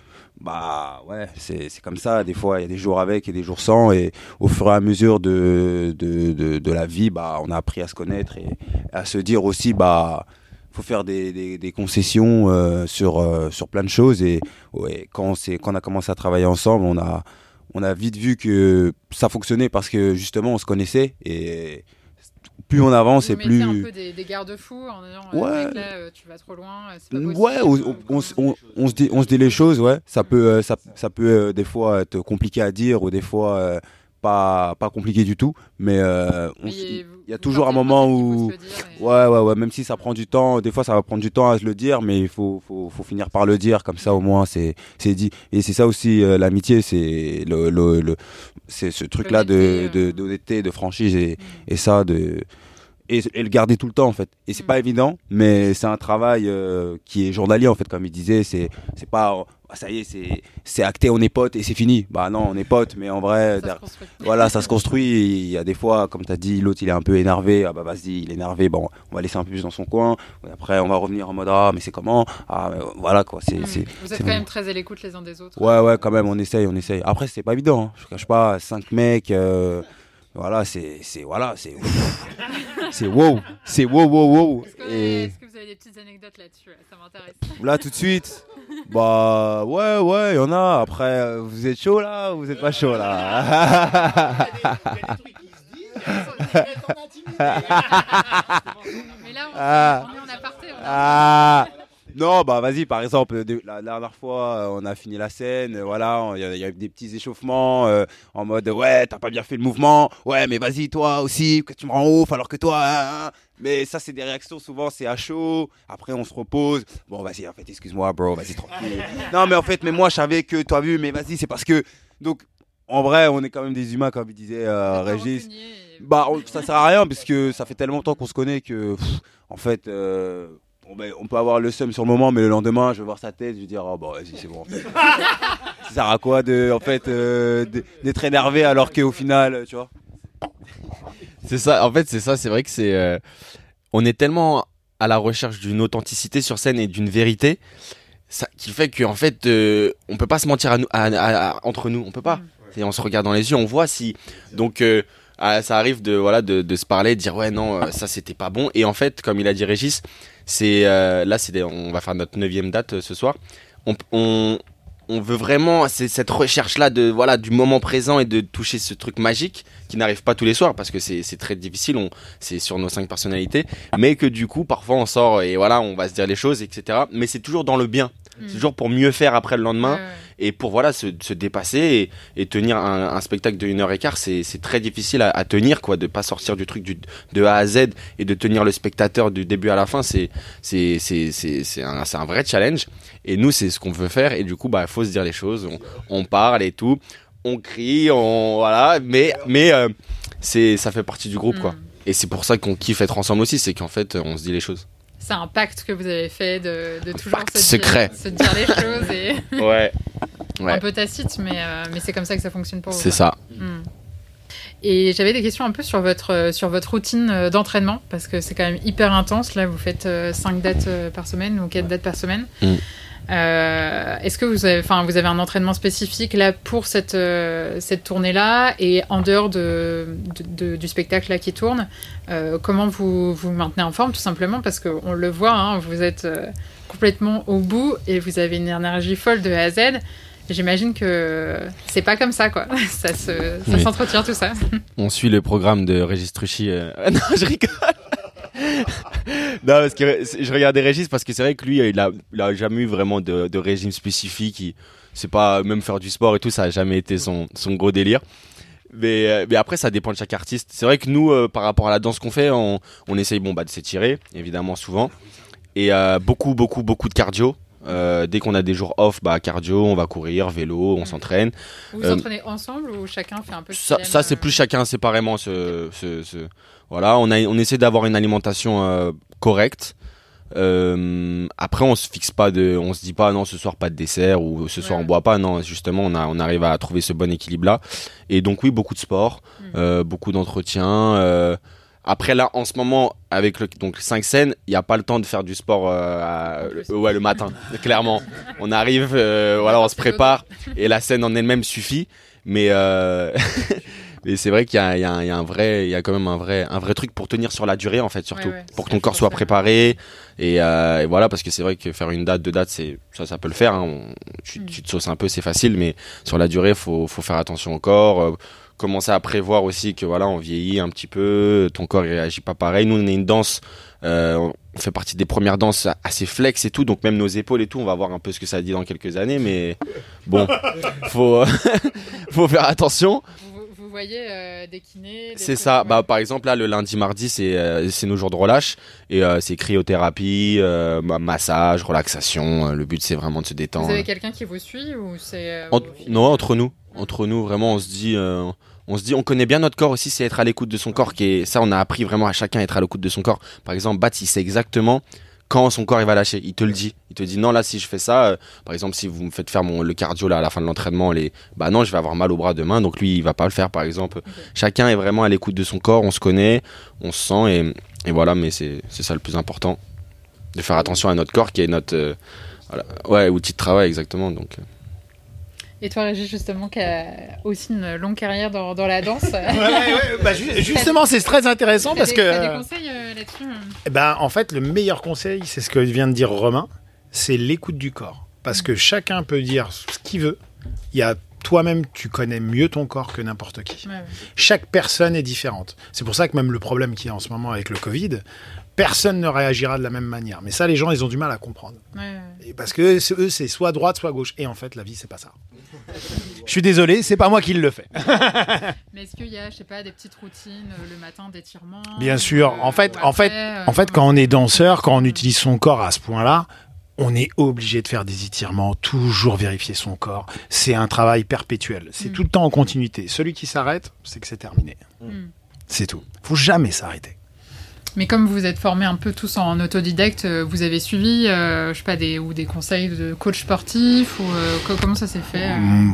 c'est comme ça. Des fois, il y a des jours avec et des jours sans. Et au fur et à mesure de la vie, on a appris à se connaître et à se dire aussi, faut faire des concessions sur plein de choses. Et quand on a commencé à travailler ensemble, on a vite vu que ça fonctionnait parce que justement, on se connaissait et plus on avance et plus. Vous mettez un peu des garde-fous en disant mec, là, tu vas trop loin, c'est pas possible. Ouais, on se dit les choses, ouais. Ça peut des fois être compliqué à dire ou des fois pas compliqué du tout, mais il y a toujours un moment où ouais, même si ça prend du temps, des fois ça va prendre du temps à se le dire, mais il faut finir par le dire, comme ça au moins c'est dit. Et c'est ça aussi l'amitié, c'est c'est ce truc là d'honnêteté, de franchise et ça et le garder tout le temps en fait. Et c'est pas évident, mais c'est un travail qui est journalier en fait, comme il disait. C'est pas ça y est, c'est acté, on est potes et c'est fini. Non, on est potes, mais en vrai, ça se construit. Il y a des fois, comme t'as dit, l'autre il est un peu énervé. Vas-y, il est énervé. Bon, on va laisser un peu plus dans son coin. Après, on va revenir en mode mais c'est comment? Voilà quoi. Vous êtes quand même très à l'écoute les uns des autres. Ouais, quand même, on essaye. Après, c'est pas évident. Hein. Je cache pas, 5 mecs. Voilà, c'est wow. Est-ce que vous avez des petites anecdotes là-dessus? Ça m'intéresse. Là, tout de suite. Ouais, il y en a. Après, vous êtes chaud là ou vous êtes pas chaud là? Il y a des trucs qui se disent, il y a des secrets en intimité. Mais là, on est en aparté. Non, vas-y, par exemple, la dernière fois, on a fini la scène, voilà, il y a eu des petits échauffements en mode, ouais, t'as pas bien fait le mouvement, ouais, mais vas-y, toi aussi, que tu me rends ouf alors que toi, hein. Mais ça, c'est des réactions, souvent, c'est à chaud, après, on se repose, bon, vas-y, en fait, excuse-moi, bro, vas-y, tranquille. Non, mais en fait, moi, je savais que, toi, vu, mais vas-y, c'est parce que, donc, en vrai, on est quand même des humains, comme il disait Régis. Ça sert à rien, parce que ça fait tellement longtemps qu'on se connaît que, en fait... on peut avoir le seum sur le moment, mais le lendemain, je vais voir sa tête, je vais dire, vas-y, c'est bon. Ça sert à quoi d'être énervé alors qu'au final, tu vois? C'est ça, en fait, c'est vrai que on est tellement à la recherche d'une authenticité sur scène et d'une vérité, qui fait qu'en fait, on peut pas se mentir entre nous, on peut pas. Et on se regarde dans les yeux, on voit si. Donc, ça arrive de se parler, de dire ouais, non, ça c'était pas bon. Et en fait, comme il a dit Régis, on va faire notre 9e date ce soir. On veut vraiment, c'est cette recherche-là du moment présent et de toucher ce truc magique qui n'arrive pas tous les soirs parce que c'est très difficile, c'est sur nos 5 personnalités, mais que du coup, parfois on sort et voilà, on va se dire les choses, etc. Mais c'est toujours dans le bien. C'est toujours pour mieux faire après le lendemain. Ouais. Et pour voilà se dépasser et tenir un spectacle de 1h15, c'est très difficile à tenir, quoi, de pas sortir du truc de A à Z et de tenir le spectateur du début à la fin. C'est un vrai challenge. Et nous, c'est ce qu'on veut faire. Et du coup, bah, faut se dire les choses. On parle et tout. On crie, voilà. Mais ça fait partie du groupe, quoi. Et c'est pour ça qu'on kiffe être ensemble aussi. C'est qu'en fait, on se dit les choses. C'est un pacte que vous avez fait de toujours secret. se dire les choses et Ouais. un peu tacite, mais c'est comme ça que ça fonctionne pour vous. C'est ça. Et j'avais des questions un peu sur votre routine d'entraînement, parce que c'est quand même hyper intense. Là, vous faites 5 dates par semaine ou 4 dates par semaine. Est-ce que vous avez un entraînement spécifique là pour cette tournée-là, et en dehors du spectacle là qui tourne, comment vous vous maintenez en forme, tout simplement parce qu'on le voit, hein, vous êtes complètement au bout et vous avez une énergie folle de A à Z. J'imagine que c'est pas comme ça, quoi. Ça s'entretient tout ça. On suit le programme de Régis Truchy. Non, je rigole. Non, parce que je regardais Régis parce que c'est vrai que lui, il a jamais eu vraiment de régime spécifique. C'est pas même faire du sport et tout, ça a jamais été son gros délire. Mais après, ça dépend de chaque artiste. C'est vrai que nous, par rapport à la danse qu'on fait, on essaye de s'étirer, évidemment, souvent, et beaucoup de cardio. Dès qu'on a des jours off, cardio, on va courir, vélo, on s'entraîne. Vous vous entraînez ensemble ou chacun fait un peu ça c'est plus chacun séparément. Voilà, on essaie d'avoir une alimentation correcte. Après, on se fixe pas on se dit pas non, ce soir pas de dessert ou ce soir on boit pas. Non, justement, on arrive à trouver ce bon équilibre là. Et donc oui, beaucoup de sport, beaucoup d'entretien. Après là, en ce moment, avec donc 5 scènes, il n'y a pas le temps de faire du sport le matin, clairement. On arrive, on se prépare et la scène en elle-même suffit. Mais c'est vrai qu'il y a quand même un vrai truc pour tenir sur la durée, en fait, surtout. Pour que ton corps soit préparé. Et voilà, parce que c'est vrai que faire une date, 2 dates, ça peut le faire. Hein. Tu te sauces un peu, c'est facile, mais sur la durée, faut faire attention au corps. Commencer à prévoir aussi que voilà, on vieillit un petit peu, ton corps il réagit pas pareil. Nous, on est une danse, on fait partie des premières danses assez flex et tout, donc même nos épaules et tout, on va voir un peu ce que ça dit dans quelques années, mais bon, faut faire attention. Vous voyez des kinés. C'est ça. Ouais. Par exemple là, le lundi, mardi, c'est nos jours de relâche et c'est cryothérapie, massage, relaxation. Le but c'est vraiment de se détendre. Vous avez quelqu'un qui vous suit ou c'est non, entre nous, vraiment, on se dit, on connaît bien notre corps aussi, c'est être à l'écoute de son corps. Ça, on a appris vraiment à chacun à être à l'écoute de son corps. Par exemple, Bats, il sait exactement quand son corps il va lâcher. Il te le dit. Il te dit non, là, si je fais ça, par exemple, si vous me faites faire le cardio là à la fin de l'entraînement, non, je vais avoir mal au bras demain, donc lui, il va pas le faire, par exemple. Okay. Chacun est vraiment à l'écoute de son corps. On se connaît, on se sent et voilà. Mais c'est ça le plus important, de faire attention à notre corps qui est notre outil de travail exactement. Donc. Et toi, Régis, justement, qui a aussi une longue carrière dans la danse. Justement, c'est très intéressant parce que. T'as des conseils là-dessus? En fait, le meilleur conseil, c'est ce que vient de dire Romain, c'est l'écoute du corps. Parce que chacun peut dire ce qu'il veut. Il y a toi-même, tu connais mieux ton corps que n'importe qui. Chaque personne est différente. C'est pour ça que même le problème qu'il y a en ce moment avec le Covid, personne ne réagira de la même manière. Mais ça, les gens, ils ont du mal à comprendre. Et parce que eux, c'est soit droite, soit gauche. Et en fait, la vie, c'est pas ça. Je suis désolé, c'est pas moi qui le fais. Mais est-ce qu'il y a, je sais pas, des petites routines le matin d'étirement? Bien sûr. En fait, quand on est danseur, quand on utilise son corps à ce point-là, on est obligé de faire des étirements, toujours vérifier son corps. C'est un travail perpétuel. C'est tout le temps en continuité. Celui qui s'arrête, c'est que c'est terminé. C'est tout. Faut jamais s'arrêter. Mais comme vous êtes formés un peu tous en autodidacte, vous avez suivi, je sais pas, des conseils de coach sportif ou comment ça s'est fait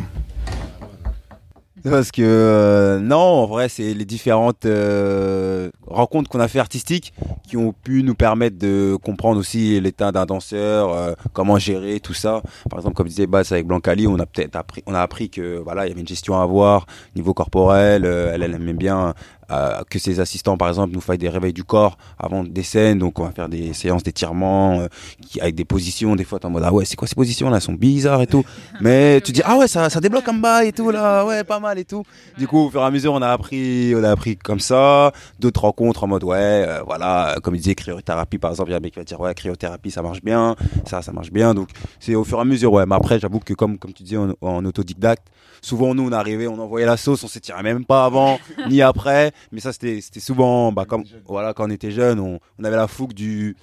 Parce que non, en vrai, c'est les différentes rencontres qu'on a fait artistiques qui ont pu nous permettre de comprendre aussi l'état d'un danseur, comment gérer tout ça. Par exemple, comme disait Bass avec Blancali, on a appris que voilà, il y avait une gestion à avoir niveau corporel. Elle aimait bien que ses assistants, par exemple, nous fassent des réveils du corps avant des scènes. Donc, on va faire des séances d'étirement avec des positions. Des fois, t'es en mode, ah ouais, c'est quoi ces positions là? Elles sont bizarres et tout. Mais tu dis, ah ouais, ça débloque en bas et tout là. Ouais, pas mal et tout. Du coup, au fur et à mesure, on a appris comme ça. D'autres rencontres contre en mode voilà, comme il disait cryothérapie par exemple, il y a un mec qui va dire ouais cryothérapie ça marche bien, ça marche bien, donc c'est au fur et à mesure mais après j'avoue que comme tu dis en autodidacte, souvent nous on arrivait, on envoyait la sauce, on s'étirait même pas avant ni après, mais ça c'était souvent comme voilà quand on était jeune, on avait la fougue du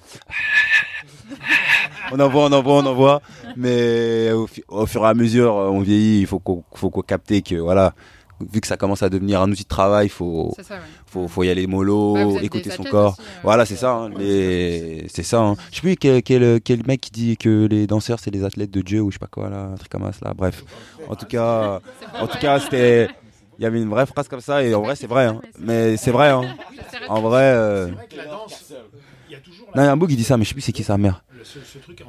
on envoie, mais au fur et à mesure on vieillit, il faut qu'on capter que voilà, vu que ça commence à devenir un outil de travail, faut y aller mollo, écouter son corps. Aussi, voilà, c'est ça. C'est ça. Hein. Je sais plus quel mec qui dit que les danseurs c'est les athlètes de Dieu ou je sais pas quoi là, un truc comme ça là. Bref, en tout cas, c'était. Il y avait une vraie phrase comme ça et en vrai c'est vrai. Hein. Mais c'est vrai. Hein. En vrai. C'est vrai que la danse, il y a toujours. Non, il y a un bout qui dit ça, mais je sais plus c'est qui sa mère. Ce truc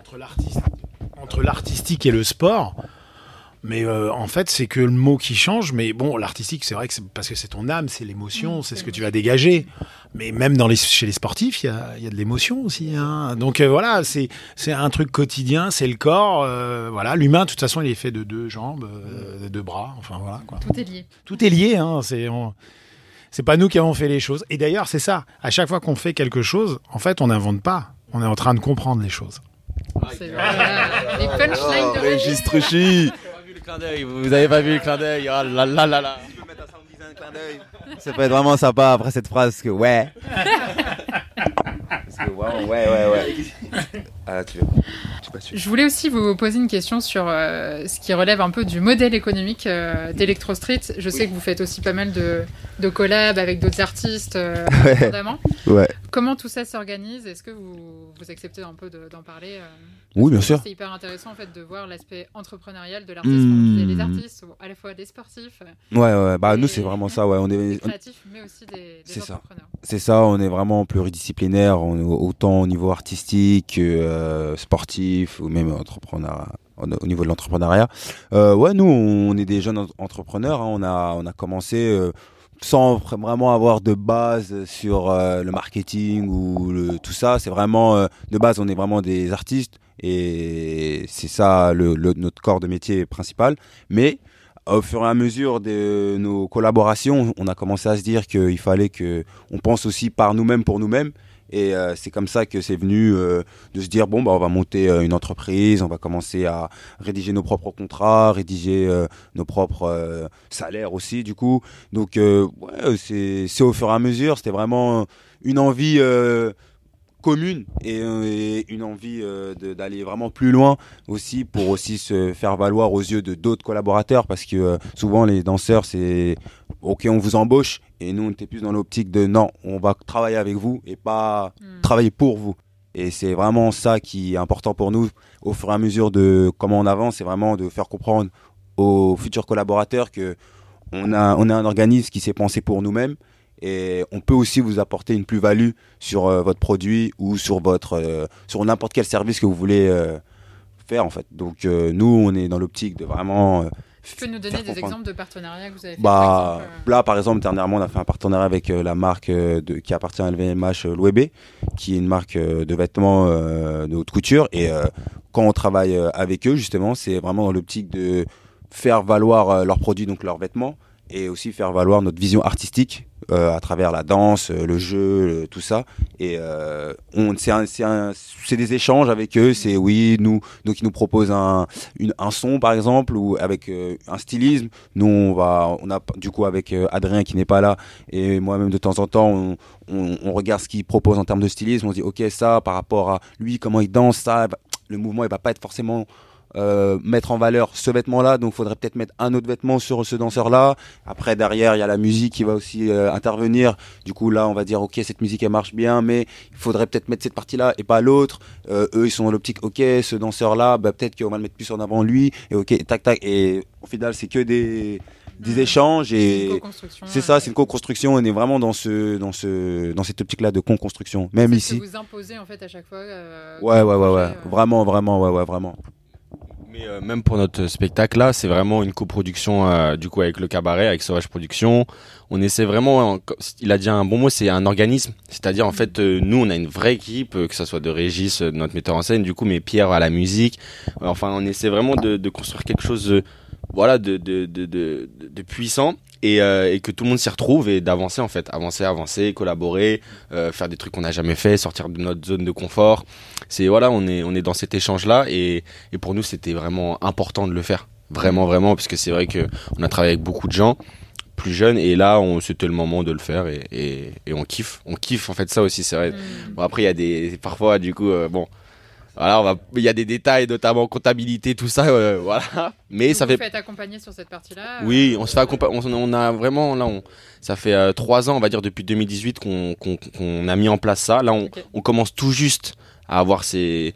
entre l'artistique et le sport. Mais en fait, c'est que le mot qui change. Mais bon, l'artistique, c'est vrai que c'est parce que c'est ton âme, c'est l'émotion, c'est ce que tu vas dégager. Mais même chez les sportifs, il y a de l'émotion aussi. Hein. Donc voilà, c'est un truc quotidien, c'est le corps. Voilà, l'humain, de toute façon, il est fait de 2 jambes, de 2 bras. Enfin voilà quoi. Tout est lié. Tout est lié. Hein. C'est pas nous qui avons fait les choses. Et d'ailleurs, c'est ça. À chaque fois qu'on fait quelque chose, en fait, on n'invente pas. On est en train de comprendre les choses. C'est les punchlines de Régis. Truchy. Vous avez pas vu le clin d'œil? Oh là là là là. Tu peux mettre un sound design clin d'œil. Ça peut être vraiment sympa après cette phrase que ouais. Parce que ouais. Ah, tu pas sûr. Je voulais aussi vous poser une question sur ce qui relève un peu du modèle économique d'Electro Street. Je sais que vous faites aussi pas mal de collabs avec d'autres artistes, notamment. Ouais. Comment tout ça s'organise? Est-ce que vous acceptez un peu d'en parler Oui, bien sûr. C'est hyper intéressant en fait de voir l'aspect entrepreneurial de l'artiste. Il y a des artistes, sont à la fois des sportifs. Ouais. Bah nous c'est vraiment ça. Ouais, on est des créatifs, mais aussi des entrepreneurs. C'est ça. On est vraiment pluridisciplinaire, autant au niveau artistique, sportif ou même entrepreneur. Au niveau de l'entrepreneuriat. Ouais, nous on est des jeunes entrepreneurs. Hein. On a commencé. Sans vraiment avoir de base sur le marketing ou tout ça, c'est vraiment de base on est vraiment des artistes et c'est ça notre corps de métier principal. Mais au fur et à mesure de nos collaborations, on a commencé à se dire qu'il fallait que on pense aussi par nous-mêmes pour nous-mêmes. Et c'est comme ça que c'est venu de se dire on va monter une entreprise, on va commencer à rédiger nos propres contrats, rédiger nos propres salaires aussi du coup. Donc ouais, c'est au fur et à mesure, c'était vraiment une envie commune et une envie d'aller vraiment plus loin aussi pour aussi se faire valoir aux yeux de d'autres collaborateurs parce que souvent les danseurs c'est ok on vous embauche et nous on était plus dans l'optique de non on va travailler avec vous et pas travailler pour vous et c'est vraiment ça qui est important pour nous au fur et à mesure de comment on avance, c'est vraiment de faire comprendre aux futurs collaborateurs que on a un organisme qui s'est pensé pour nous-mêmes. Et on peut aussi vous apporter une plus-value sur votre produit ou sur sur n'importe quel service que vous voulez faire en fait. Donc nous on est dans l'optique de vraiment. Tu peux nous donner des exemples de partenariats que vous avez fait Là par exemple dernièrement on a fait un partenariat avec la marque qui appartient à LVMH Louébé, qui est une marque de vêtements de haute couture et quand on travaille avec eux justement c'est vraiment dans l'optique de faire valoir leurs produits donc leurs vêtements et aussi faire valoir notre vision artistique à travers la danse, le jeu, tout ça. Et c'est des échanges avec eux. C'est oui, donc ils nous proposent un son par exemple ou avec un stylisme. Nous on a du coup avec Adrien qui n'est pas là et moi-même de temps en temps on regarde ce qu'il propose en termes de stylisme. On se dit ok ça par rapport à lui comment il danse ça, le mouvement il va pas être forcément mettre en valeur ce vêtement-là, donc faudrait peut-être mettre un autre vêtement sur ce danseur-là. Après derrière il y a la musique qui va aussi intervenir. Du coup là on va dire ok cette musique elle marche bien, mais il faudrait peut-être mettre cette partie-là et pas l'autre. Eux ils sont dans l'optique ok ce danseur-là, peut-être qu'on va le mettre plus en avant lui et ok tac et au final c'est que des échanges et c'est ça, c'est une co-construction. On est vraiment dans cette optique-là de co-construction. Même c'est ici. Que vous imposez en fait à chaque fois. Ouais. Vraiment. Mais même pour notre spectacle là, c'est vraiment une coproduction du coup avec le cabaret, avec Sauvage Productions. On essaie vraiment, il a dit un bon mot, c'est un organisme. C'est-à-dire en fait, nous on a une vraie équipe, que ça soit de Régis, notre metteur en scène, du coup, mais Pierre à la musique. Enfin, on essaie vraiment de construire quelque chose, de puissant. et que tout le monde s'y retrouve et d'avancer en fait, avancer, collaborer, faire des trucs qu'on n'a jamais fait, sortir de notre zone de confort. C'est voilà, on est dans cet échange là et pour nous c'était vraiment important de le faire, vraiment parce que c'est vrai que on a travaillé avec beaucoup de gens plus jeunes et là c'était le moment de le faire et on kiffe en fait ça aussi c'est vrai. Bon après il y a des parfois du coup bon voilà, il y a des détails, notamment comptabilité, tout ça, voilà. Mais Donc ça vous fait. Faites accompagner sur cette partie-là. Oui, on se fait accompagner. On a vraiment là, ça fait 3 ans, on va dire depuis 2018 qu'on a mis en place ça. Là, on commence tout juste à avoir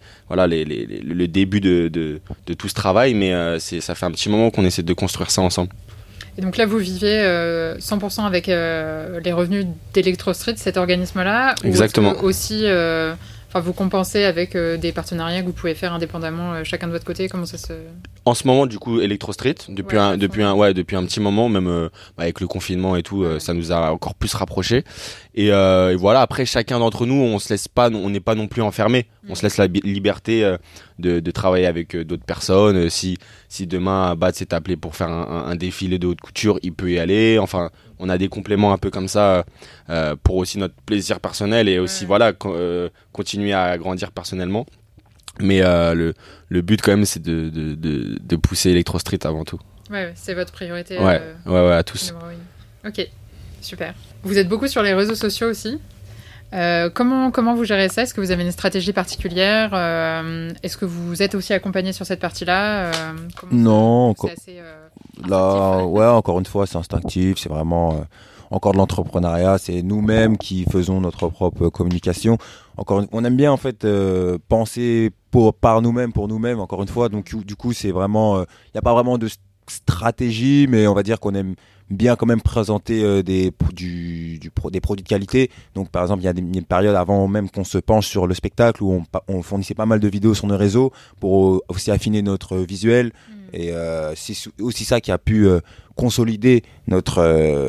le début de tout ce travail, mais ça fait un petit moment qu'on essaie de construire ça ensemble. Et donc là, vous vivez 100% avec les revenus d'Electro Street, cet organisme-là. Exactement. Ou aussi. Vous compensez avec des partenariats que vous pouvez faire indépendamment chacun de votre côté. Comment ça se... En ce moment, du coup, Electro Street, depuis un petit moment, même avec le confinement et tout, ça nous a encore plus rapprochés. Et voilà, après, chacun d'entre nous, on n'est pas non plus enfermé. On se laisse la liberté de travailler avec d'autres personnes. Si demain, Bad s'est appelé pour faire un défilé de haute couture, il peut y aller. Enfin, on a des compléments un peu comme ça pour aussi notre plaisir personnel et aussi continuer à grandir personnellement. Mais le but quand même c'est de pousser Electro Street avant tout. Ouais, c'est votre priorité. Ouais, à tous. Ok, super. Vous êtes beaucoup sur les réseaux sociaux aussi. Comment vous gérez ça ? Est-ce que vous avez une stratégie particulière ? Est-ce que vous êtes aussi accompagné sur cette partie-là ? Non, c'est assez, là, encore une fois, c'est instinctif, c'est vraiment encore de l'entrepreneuriat, c'est nous-mêmes qui faisons notre propre communication. On aime bien en fait penser par nous-mêmes, pour nous-mêmes, encore une fois. Donc du coup, c'est vraiment, il n'y a pas vraiment de stratégie, mais on va dire qu'on aime bien quand même présenter des produits de qualité. Donc par exemple, il y a une période avant même qu'on se penche sur le spectacle où on fournissait pas mal de vidéos sur nos réseaux pour aussi affiner notre visuel. Et c'est aussi ça qui a pu consolider notre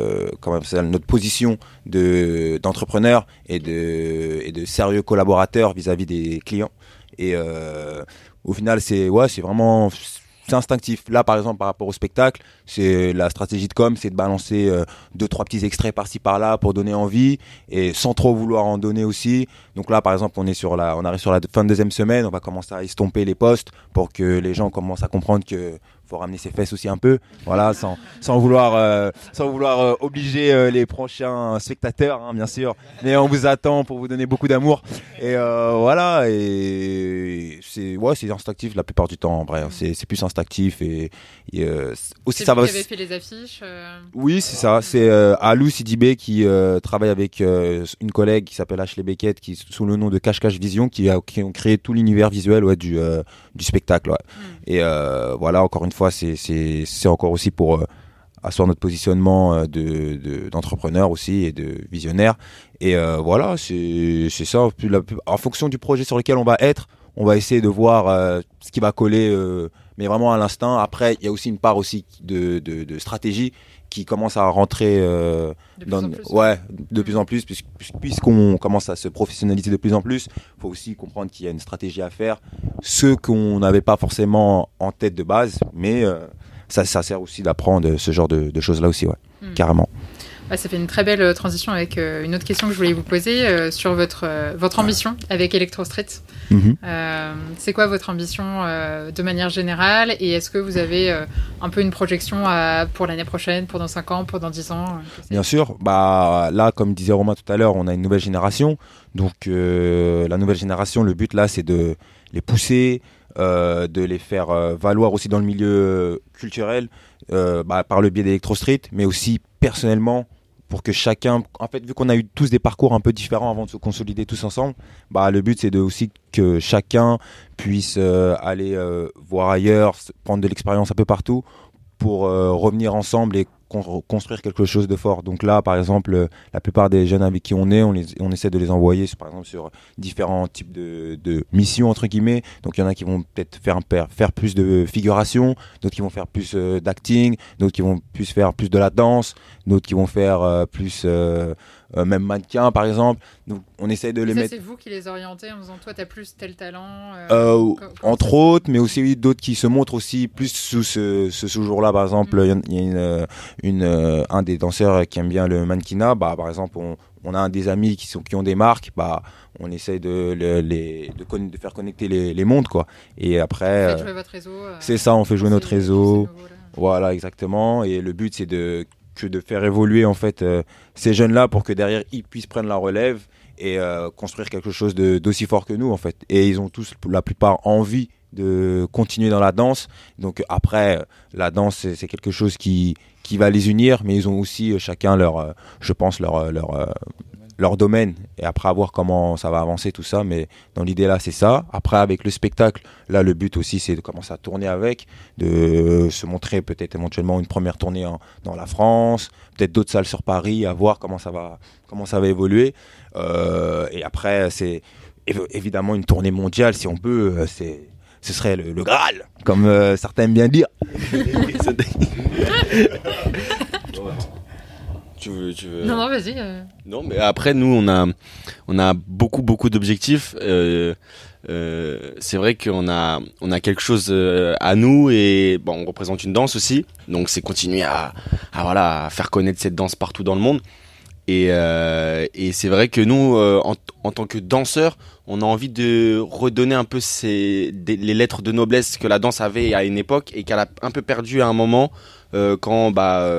position d'entrepreneur et de sérieux collaborateur vis-à-vis des clients. Et au final, c'est vraiment instinctif. Là, par exemple, par rapport au spectacle, c'est la stratégie de com, c'est de balancer 2-3 petits extraits par-ci par-là pour donner envie et sans trop vouloir en donner aussi. Donc là, par exemple, on arrive sur la fin de deuxième semaine, on va commencer à estomper les posts pour que les gens commencent à comprendre que faut ramener ses fesses aussi un peu, voilà, sans vouloir obliger les prochains spectateurs, hein, bien sûr. Mais on vous attend pour vous donner beaucoup d'amour. Et voilà, et c'est instinctif la plupart du temps en vrai. C'est plus instinctif et aussi c'est ça vous va. Qui avez fait les affiches. Oui, c'est ça. C'est Alou Sidibé qui travaille avec une collègue qui s'appelle Ashley Beckett, qui sous le nom de Cache Cache Vision, qui ont créé tout l'univers visuel du spectacle. Ouais. Et voilà, encore une fois, c'est encore aussi pour asseoir notre positionnement d'entrepreneur aussi et de visionnaire. Et voilà, c'est ça. En fonction du projet sur lequel on va être, on va essayer de voir ce qui va coller, mais vraiment à l'instinct. Après, il y a aussi une part aussi de stratégie qui commence à rentrer de plus en plus, puisqu'on commence à se professionnaliser de plus en plus. Il faut aussi comprendre qu'il y a une stratégie à faire, ce qu'on n'avait pas forcément en tête de base, mais ça sert aussi d'apprendre ce genre de choses là aussi, carrément. Ça fait une très belle transition avec une autre question que je voulais vous poser sur votre ambition avec Electro Street. C'est quoi votre ambition de manière générale et est-ce que vous avez un peu une projection pour l'année prochaine, pour dans 5 ans, pour dans 10 ans Bien sûr, là comme disait Romain tout à l'heure, on a une nouvelle génération. Donc la nouvelle génération, le but là c'est de les pousser, de les faire valoir aussi dans le milieu culturel par le biais d'Electro Street, mais aussi personnellement pour que chacun, en fait, vu qu'on a eu tous des parcours un peu différents avant de se consolider tous ensemble, le but c'est aussi que chacun puisse aller voir ailleurs, prendre de l'expérience un peu partout pour revenir ensemble et construire quelque chose de fort. Donc là, par exemple, la plupart des jeunes avec qui on essaie de les envoyer, par exemple, sur différents types de missions, entre guillemets. Donc il y en a qui vont peut-être faire plus de figuration, d'autres qui vont faire plus d'acting, d'autres qui vont plus faire plus de la danse, d'autres qui vont faire plus même mannequin, par exemple. Donc on essaie de les mettre... c'est vous qui les orientez en disant toi t'as plus tel talent entre autres, mais aussi d'autres qui se montrent aussi plus sous ce jour-là. Par exemple, il y a un des danseurs qui aime bien le mannequinat, bah par exemple on a un des amis qui ont des marques, bah on essaye de faire connecter les mondes quoi. Et après Vous faites jouer votre réseau. C'est ça, on fait jouer notre réseau. Nouveau, Voilà, exactement. Et le but c'est de faire évoluer en fait ces jeunes-là pour que derrière ils puissent prendre la relève et construire quelque chose d'aussi fort que nous en fait. Et ils ont tous, la plupart, envie de continuer dans la danse. Donc après, la danse c'est quelque chose qui va les unir, mais ils ont aussi chacun leur domaine, et après à voir comment ça va avancer tout ça, mais dans l'idée là c'est ça. Après avec le spectacle, là le but aussi c'est de commencer à tourner avec, de se montrer peut-être éventuellement une première tournée dans la France, peut-être d'autres salles sur Paris, à voir comment ça va évoluer. Et après c'est évidemment une tournée mondiale si on peut, ce serait le Graal, comme certains aiment bien dire. Tu veux... Non, vas-y. Non, mais après, nous, on a beaucoup d'objectifs. C'est vrai qu'on a quelque chose à nous, et bon, on représente une danse aussi. Donc, c'est continuer à faire connaître cette danse partout dans le monde. Et c'est vrai que nous, en tant que danseurs, on a envie de redonner un peu les lettres de noblesse que la danse avait à une époque et qu'elle a un peu perdu à un moment. Quand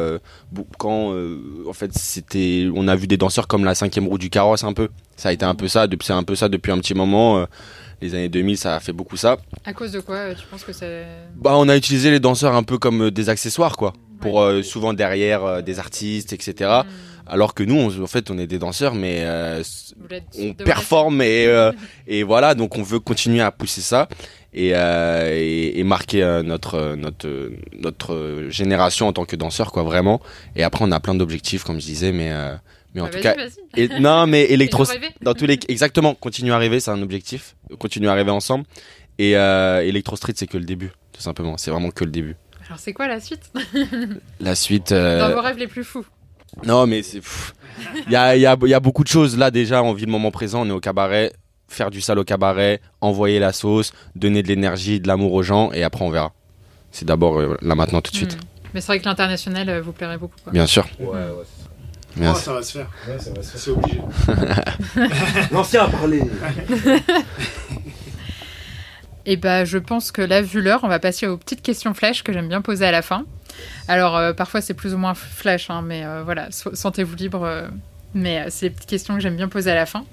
en fait on a vu des danseurs comme la 5e roue du carrosse, un peu ça a été un peu ça, c'est un peu ça depuis un petit moment. Les années 2000 ça a fait beaucoup ça. À cause de quoi tu penses que c'est... On a utilisé les danseurs un peu comme des accessoires quoi, pour souvent derrière des artistes, etc. Alors que nous, en fait, on est des danseurs, mais on performe et voilà. Donc, on veut continuer à pousser ça et marquer notre génération en tant que danseur, quoi, vraiment. Et après, on a plein d'objectifs, comme je disais, mais en tout cas, mais électro, dans tous les, exactement, continuer à rêver, c'est un objectif. Continuer à rêver ensemble. Et Electro Street, c'est que le début, tout simplement. C'est vraiment que le début. Alors, c'est quoi la suite? La suite. Dans vos rêves les plus fous. Non, mais il y a beaucoup de choses. Là, déjà, on vit le moment présent, on est au cabaret, faire du sale au cabaret, envoyer la sauce, donner de l'énergie, de l'amour aux gens, et après, on verra. C'est d'abord là, maintenant, tout de suite. Mais c'est vrai que l'international vous plairait beaucoup, quoi. Bien sûr. Ouais. Ça va se faire. Ouais, ça va se faire. C'est obligé. L'ancien a parlé. Et je pense que là, vu l'heure, on va passer aux petites questions flash que j'aime bien poser à la fin. Alors, parfois, c'est plus ou moins flash, hein, mais voilà, sentez-vous libre. Mais c'est les petites questions que j'aime bien poser à la fin.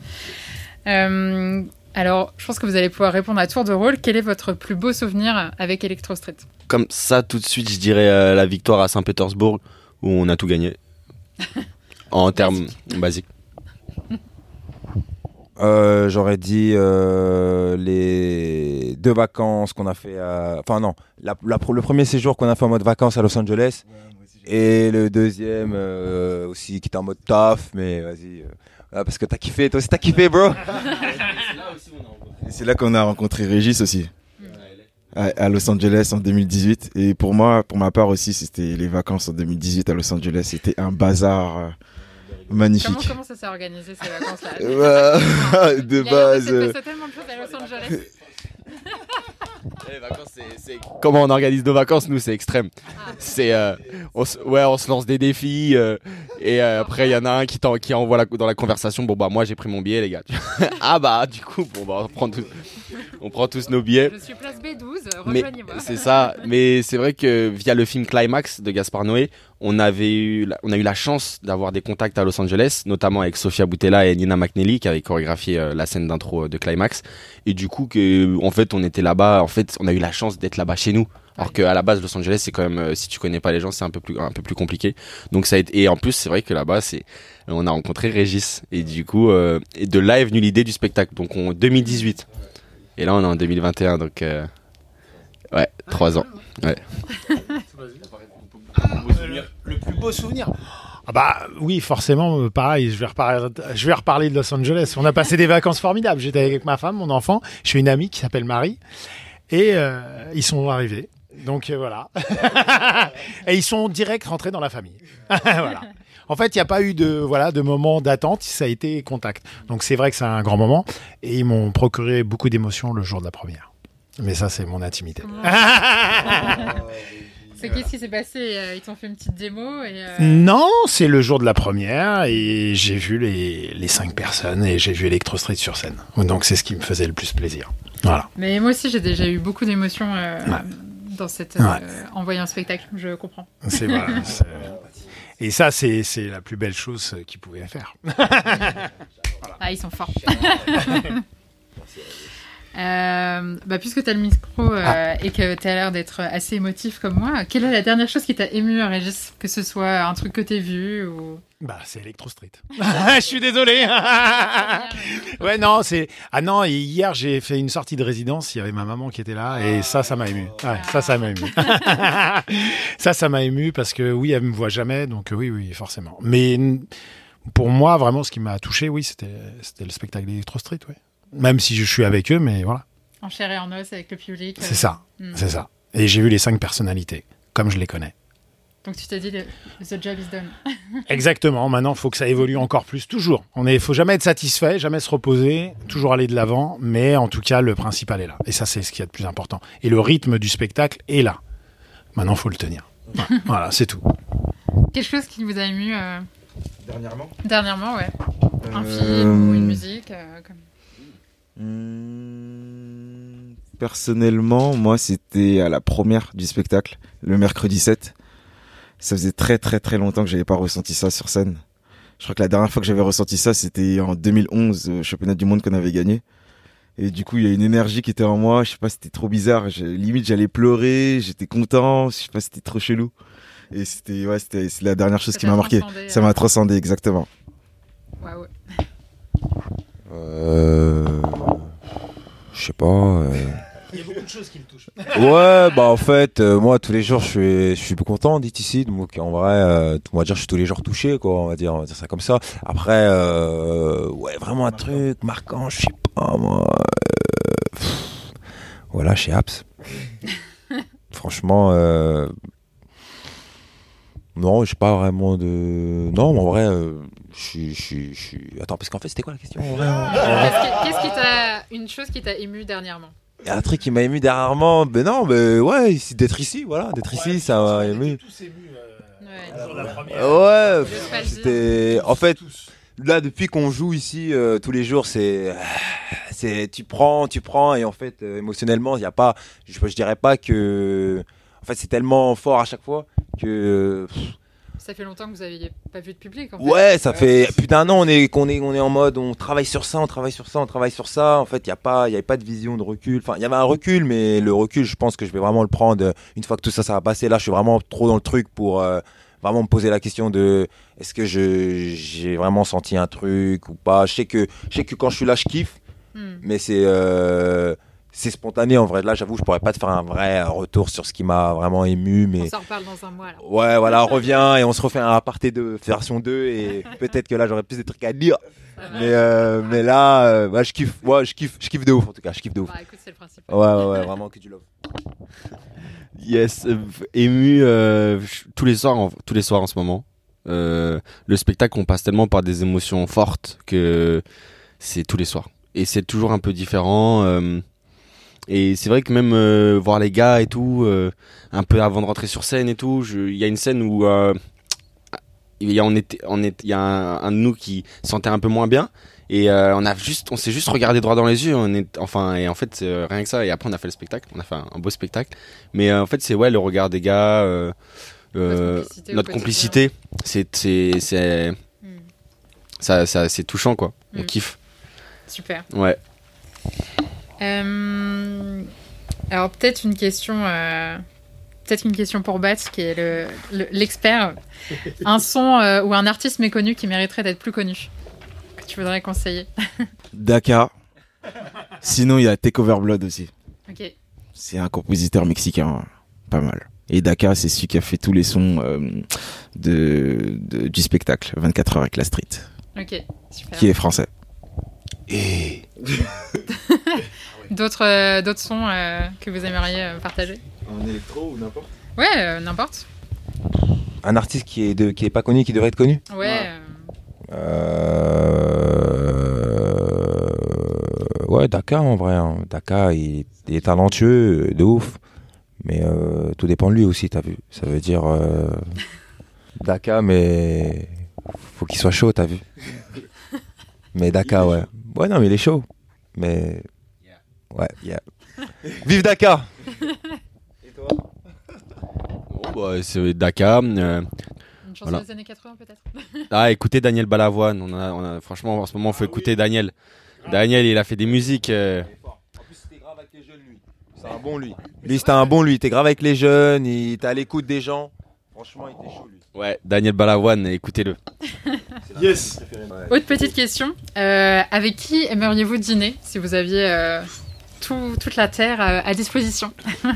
Alors, je pense que vous allez pouvoir répondre à tour de rôle. Quel est votre plus beau souvenir avec Electro Street? Comme ça, tout de suite, je dirais la victoire à Saint-Pétersbourg, où on a tout gagné. En termes basiques. J'aurais dit les 2 vacances qu'on a fait le premier séjour qu'on a fait en mode vacances à Los Angeles, et le deuxième aussi qui était en mode taf, mais vas-y parce que t'as kiffé, toi aussi t'as kiffé, bro. C'est là qu'on a rencontré Régis aussi, à Los Angeles en 2018, et pour ma part aussi c'était les vacances en 2018 à Los Angeles. C'était un bazar magnifique. Comment ça s'est organisé ces vacances-là? De base. Il passé tellement de choses à Los Angeles. Les vacances, c'est comment on organise nos vacances, nous, c'est extrême. C'est on se lance des défis et après il y en a un qui envoie dans la conversation, moi j'ai pris mon billet, les gars. Du coup on prend tous nos billets. Je suis place B12, rejoignez-moi. C'est ça, mais c'est vrai que via le film Climax de Gaspard Noé, on a eu la chance d'avoir des contacts à Los Angeles, notamment avec Sofia Boutella et Nina McNally qui avaient chorégraphié la scène d'intro de Climax, et du coup en fait on était là-bas, en fait on a eu la chance d'être là-bas chez nous, alors qu'à la base Los Angeles c'est quand même, si tu connais pas les gens, c'est un peu plus compliqué. Donc ça a été, et en plus c'est vrai que là-bas on a rencontré Régis, et du coup et de là est venue l'idée du spectacle, donc en 2018, et là on est en 2021, donc 3 ans. Ouais. Le plus beau souvenir. Oui, forcément, pareil, je vais reparler de Los Angeles. On a passé des vacances formidables. J'étais avec ma femme, mon enfant. Je suis une amie qui s'appelle Marie. Et ils sont arrivés. Donc voilà. Et ils sont direct rentrés dans la famille. Voilà. En fait, il n'y a pas eu de moment d'attente. Ça a été contact. Donc c'est vrai que c'est un grand moment. Et ils m'ont procuré beaucoup d'émotions le jour de la première. Mais ça, c'est mon intimité. C'est qu'est-ce qui s'est passé? Ils t'ont fait une petite démo Non, c'est le jour de la première et j'ai vu les 5 personnes et j'ai vu Electro Street sur scène. Donc c'est ce qui me faisait le plus plaisir. Voilà. Mais moi aussi, j'ai déjà eu beaucoup d'émotions dans cette en voyant un spectacle. Je comprends. C'est voilà. Et ça, c'est la plus belle chose qu'ils pouvaient faire. Ah, ils sont forts. Puisque tu as le micro et que tu as l'air d'être assez émotif comme moi, quelle est la dernière chose qui t'a ému, Régis? Que ce soit un truc que tu as vu ou... C'est Electro Street. Je suis désolé. Ouais, non, non, hier, j'ai fait une sortie de résidence. Il y avait ma maman qui était là et ça m'a ému. Ouais, ça m'a ému. Ça m'a ému parce que oui, elle me voit jamais. Donc oui, forcément. Mais pour moi, vraiment, ce qui m'a touché, oui, c'était le spectacle d'Electro Street, ouais. Même si je suis avec eux, mais voilà. En chair et en os avec le public. C'est ça. Et j'ai vu les 5 personnalités, comme je les connais. Donc tu t'es dit, the job is done. Exactement. Maintenant, il faut que ça évolue encore plus, toujours. Il faut jamais être satisfait, jamais se reposer, toujours aller de l'avant. Mais en tout cas, le principal est là. Et ça, c'est ce qu'il y a de plus important. Et le rythme du spectacle est là. Maintenant, il faut le tenir. Voilà, c'est tout. Quelque chose qui vous a ému Dernièrement, ouais. Un Euh, film ou une musique Personnellement, moi, c'était à la première du spectacle, le mercredi 7. Ça faisait très très très longtemps que j'avais pas ressenti ça sur scène. Je crois que la dernière fois que j'avais ressenti ça, c'était en 2011, au championnat du monde qu'on avait gagné. Et du coup, il y a une énergie qui était en moi. Je sais pas, c'était trop bizarre. Limite, j'allais pleurer. J'étais content. Je sais pas, c'était trop chelou. Et c'est la dernière chose qui m'a marqué. Ça m'a transcendé, exactement. Waouh. Je sais pas. Il y a beaucoup de choses qui me touchent. Ouais, en fait, moi tous les jours je suis content d'être ici. Donc en vrai, on va dire je suis tous les jours touché, quoi. On va dire ça comme ça. Après, ouais, vraiment un truc marquant, je sais pas moi. Voilà, chez Apps. Franchement, non, j'ai pas vraiment de. Non, en vrai, je suis. Attends, parce qu'en fait, c'était quoi la question en vrai Qu'est-ce qui t'a. Une chose qui t'a ému dernièrement? Il y a un truc qui m'a ému dernièrement. Ouais, d'être ici, voilà. D'être ici, ça m'a ému. Tous émus. Ouais, c'était. En fait, là, depuis qu'on joue ici tous les jours, c'est tu prends, et en fait, émotionnellement, il y a pas. Je dirais pas que. En fait, c'est tellement fort à chaque fois que. Ça fait longtemps que vous n'aviez pas vu de public. En fait. Ouais, ça fait plus d'un an qu'on est en mode, on travaille sur ça. En fait, il y avait pas de vision de recul. Enfin, il y avait un recul, mais le recul, je pense que je vais vraiment le prendre une fois que tout ça va passer. Là, je suis vraiment trop dans le truc pour vraiment me poser la question de est-ce que j'ai vraiment senti un truc ou pas. Je sais que quand je suis là, je kiffe, mais c'est spontané en vrai. Là, j'avoue, je pourrais pas te faire un vrai retour sur ce qui m'a vraiment ému. Mais... On s'en reparle dans un mois. Là. Ouais, voilà, on revient et on se refait un aparté de version 2 et peut-être que là, j'aurais plus de trucs à dire. Mais là, je kiffe. Ouais, je kiffe de ouf en tout cas. Je kiffe de ouf. Bah, écoute, c'est le principe. Ouais, vraiment que du love. Yes, ému tous les soirs en ce moment. Le spectacle, on passe tellement par des émotions fortes que c'est tous les soirs. Et c'est toujours un peu différent. Et c'est vrai que même voir les gars et tout, un peu avant de rentrer sur scène et tout, il y a une scène où il y a un de nous qui sentait un peu moins bien et on s'est juste regardé droit dans les yeux. Et en fait rien que ça. Et après on a fait le spectacle, on a fait un beau spectacle. Mais en fait c'est le regard des gars, notre complicité, c'est touchant quoi. On kiffe. Super. Ouais. Alors peut-être une question pour Bat qui est l'expert. Un son ou un artiste méconnu qui mériterait d'être plus connu que tu voudrais conseiller. Daka. Sinon il y a Take Over Blood aussi. Ok. C'est un compositeur mexicain, pas mal. Et Daka, c'est celui qui a fait tous les sons du spectacle 24 heures avec la street. Ok, super. Qui est français. Et d'autres sons que vous aimeriez partager? En électro ou n'importe? Ouais, n'importe. un artiste qui est pas connu, qui devrait être connu. Ouais. Ouais, Daka en vrai. Daka, il est talentueux, de ouf. Mais tout dépend de lui aussi, t'as vu. Ça veut dire Daka, mais faut qu'il soit chaud, t'as vu. Mais Daka, ouais. Ouais, non, mais il est chaud. Mais ouais, yeah. Vive Daka. C'est Daka. Une chanson Voilà. des années 80 peut-être. Ah, écoutez Daniel Balavoine. Franchement, en ce moment, il faut écouter Daniel. Daniel, il a fait des musiques. En plus, c'était grave avec les jeunes, lui. C'est un bon, lui. Lui, c'était un bon, lui. T'es grave avec les jeunes, il était à l'écoute des gens. Franchement, il était chaud, lui. Ouais, Daniel Balavoine, écoutez-le. Yes. Autre petite question. Avec qui aimeriez-vous dîner si vous aviez toute la terre à disposition?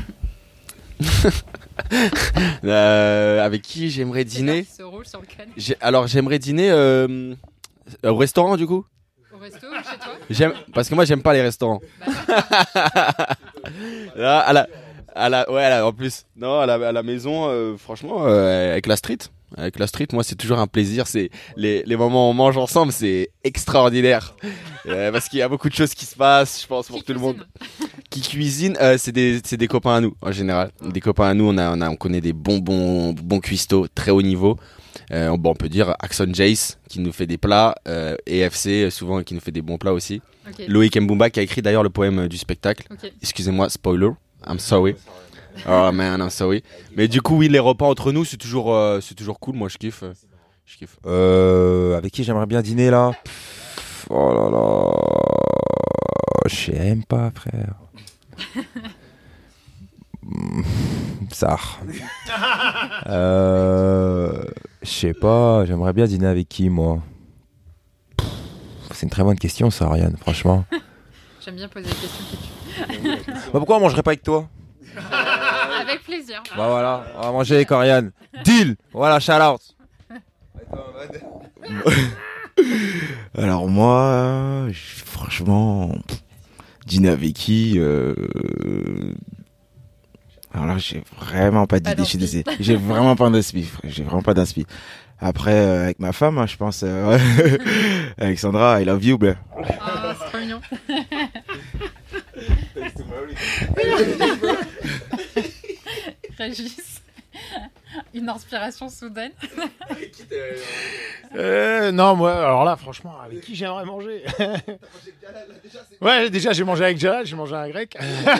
Avec qui j'aimerais dîner? Se roule sur le crâne. Alors, j'aimerais dîner au restaurant, du coup. Au resto ou chez toi? Parce que moi, j'aime pas les restaurants. Là, en plus. Non, à la maison, franchement, avec la street. Avec la street, moi, c'est toujours un plaisir. C'est les moments où on mange ensemble, c'est extraordinaire. Parce qu'il y a beaucoup de choses qui se passent, je pense, pour tout le monde. Qui cuisine, c'est des copains à nous, en général. Des copains à nous, on connaît des bons cuistots, très haut niveau. On peut dire Axon Jace, qui nous fait des plats, EFC, souvent, qui nous fait des bons plats aussi. Okay. Loïc Mbumba, qui a écrit d'ailleurs le poème du spectacle. Okay. Excusez-moi, spoiler. I'm sorry. Oh man, I'm sorry. Mais du coup, oui, les repas entre nous, c'est toujours cool. Moi, je kiffe. Avec qui j'aimerais bien dîner, là? Oh là là. Je sais même pas, frère. Ça. Je sais pas, j'aimerais bien dîner avec qui, moi? C'est une très bonne question, ça, Ariane, franchement. J'aime bien poser des questions qui tuent. Pourquoi on mangerait pas avec toi? Avec plaisir. Bah voilà, on va manger avec Ariane. Deal. Voilà, shout out. Alors moi, franchement, dîner avec qui alors là, j'ai vraiment pas d'idée. Je suis désolé. J'ai vraiment pas d'inspi. Après, avec ma femme, hein, je pense, Alexandra, I love you, bro. Oh, c'est trop mignon. Régis, une inspiration soudaine. Non, moi, alors là, franchement, avec qui j'aimerais manger? Ouais, déjà, j'ai mangé avec Jalal, j'ai mangé un grec.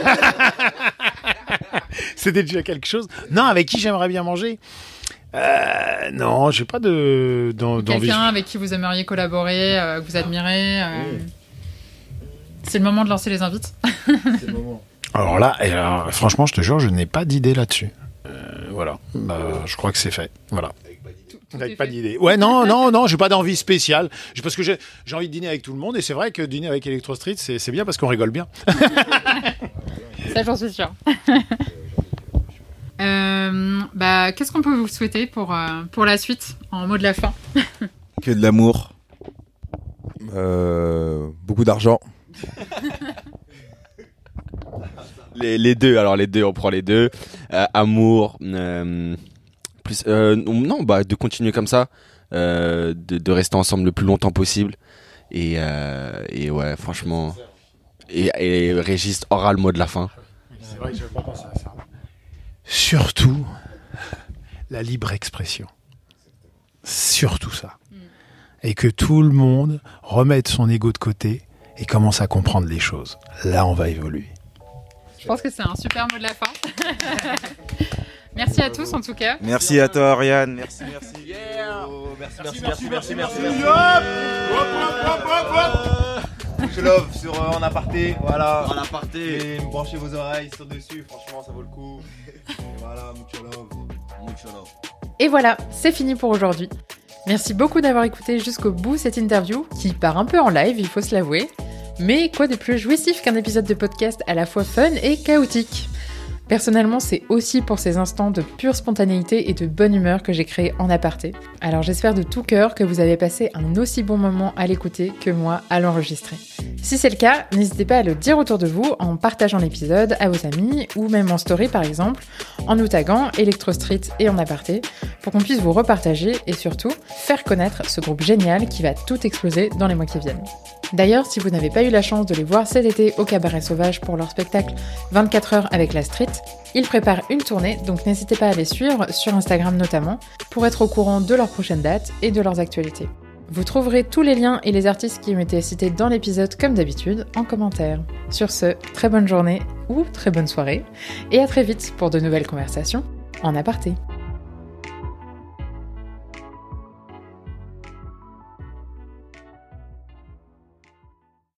C'était déjà quelque chose. Non, avec qui j'aimerais bien manger? Non, j'ai pas d'envie. Quelqu'un avec qui vous aimeriez collaborer, que vous admirez. C'est le moment de lancer les invites. C'est le moment. Alors là, franchement, je te jure, je n'ai pas d'idée là-dessus. Voilà, je crois que c'est fait. Voilà. Avec pas d'idée. Ouais, non, j'ai pas d'envie spéciale. Parce que j'ai envie de dîner avec tout le monde, et c'est vrai que dîner avec Electro Street, c'est bien parce qu'on rigole bien. Ça, j'en suis sûre. Qu'est-ce qu'on peut vous souhaiter pour la suite, en mot de la fin? Que de l'amour. Beaucoup d'argent. Les deux, on prend les deux. Amour, plus, non, de continuer comme ça, de rester ensemble le plus longtemps possible. Et ouais, franchement. Et Régis aura le mot de la fin. C'est vrai que je n'avais pas pensé à ça. Surtout, la libre expression. Surtout ça. Et que tout le monde remette son ego de côté et commence à comprendre les choses. Là, on va évoluer. Je pense que c'est un super mot de la fin. Merci à tous, en tout cas. Merci à toi, Ariane. Merci. Yeah. Merci. Je love sur en aparté, voilà. En aparté. Et branchez vos oreilles sur dessus, franchement, ça vaut le coup. Et voilà, mucho love. Et voilà, c'est fini pour aujourd'hui. Merci beaucoup d'avoir écouté jusqu'au bout cette interview, qui part un peu en live, il faut se l'avouer. Mais quoi de plus jouissif qu'un épisode de podcast à la fois fun et chaotique? Personnellement, c'est aussi pour ces instants de pure spontanéité et de bonne humeur que j'ai créé En Aparté. Alors j'espère de tout cœur que vous avez passé un aussi bon moment à l'écouter que moi à l'enregistrer. Si c'est le cas, n'hésitez pas à le dire autour de vous en partageant l'épisode à vos amis ou même en story par exemple, en nous taguant Electro Street et En Aparté pour qu'on puisse vous repartager et surtout faire connaître ce groupe génial qui va tout exploser dans les mois qui viennent. D'ailleurs, si vous n'avez pas eu la chance de les voir cet été au Cabaret Sauvage pour leur spectacle 24 heures avec la Street, Ils préparent une tournée, donc n'hésitez pas à les suivre, sur Instagram notamment, pour être au courant de leurs prochaines dates et de leurs actualités. Vous trouverez tous les liens et les artistes qui ont été cités dans l'épisode comme d'habitude en commentaire. Sur ce, très bonne journée ou très bonne soirée, et à très vite pour de nouvelles conversations en aparté.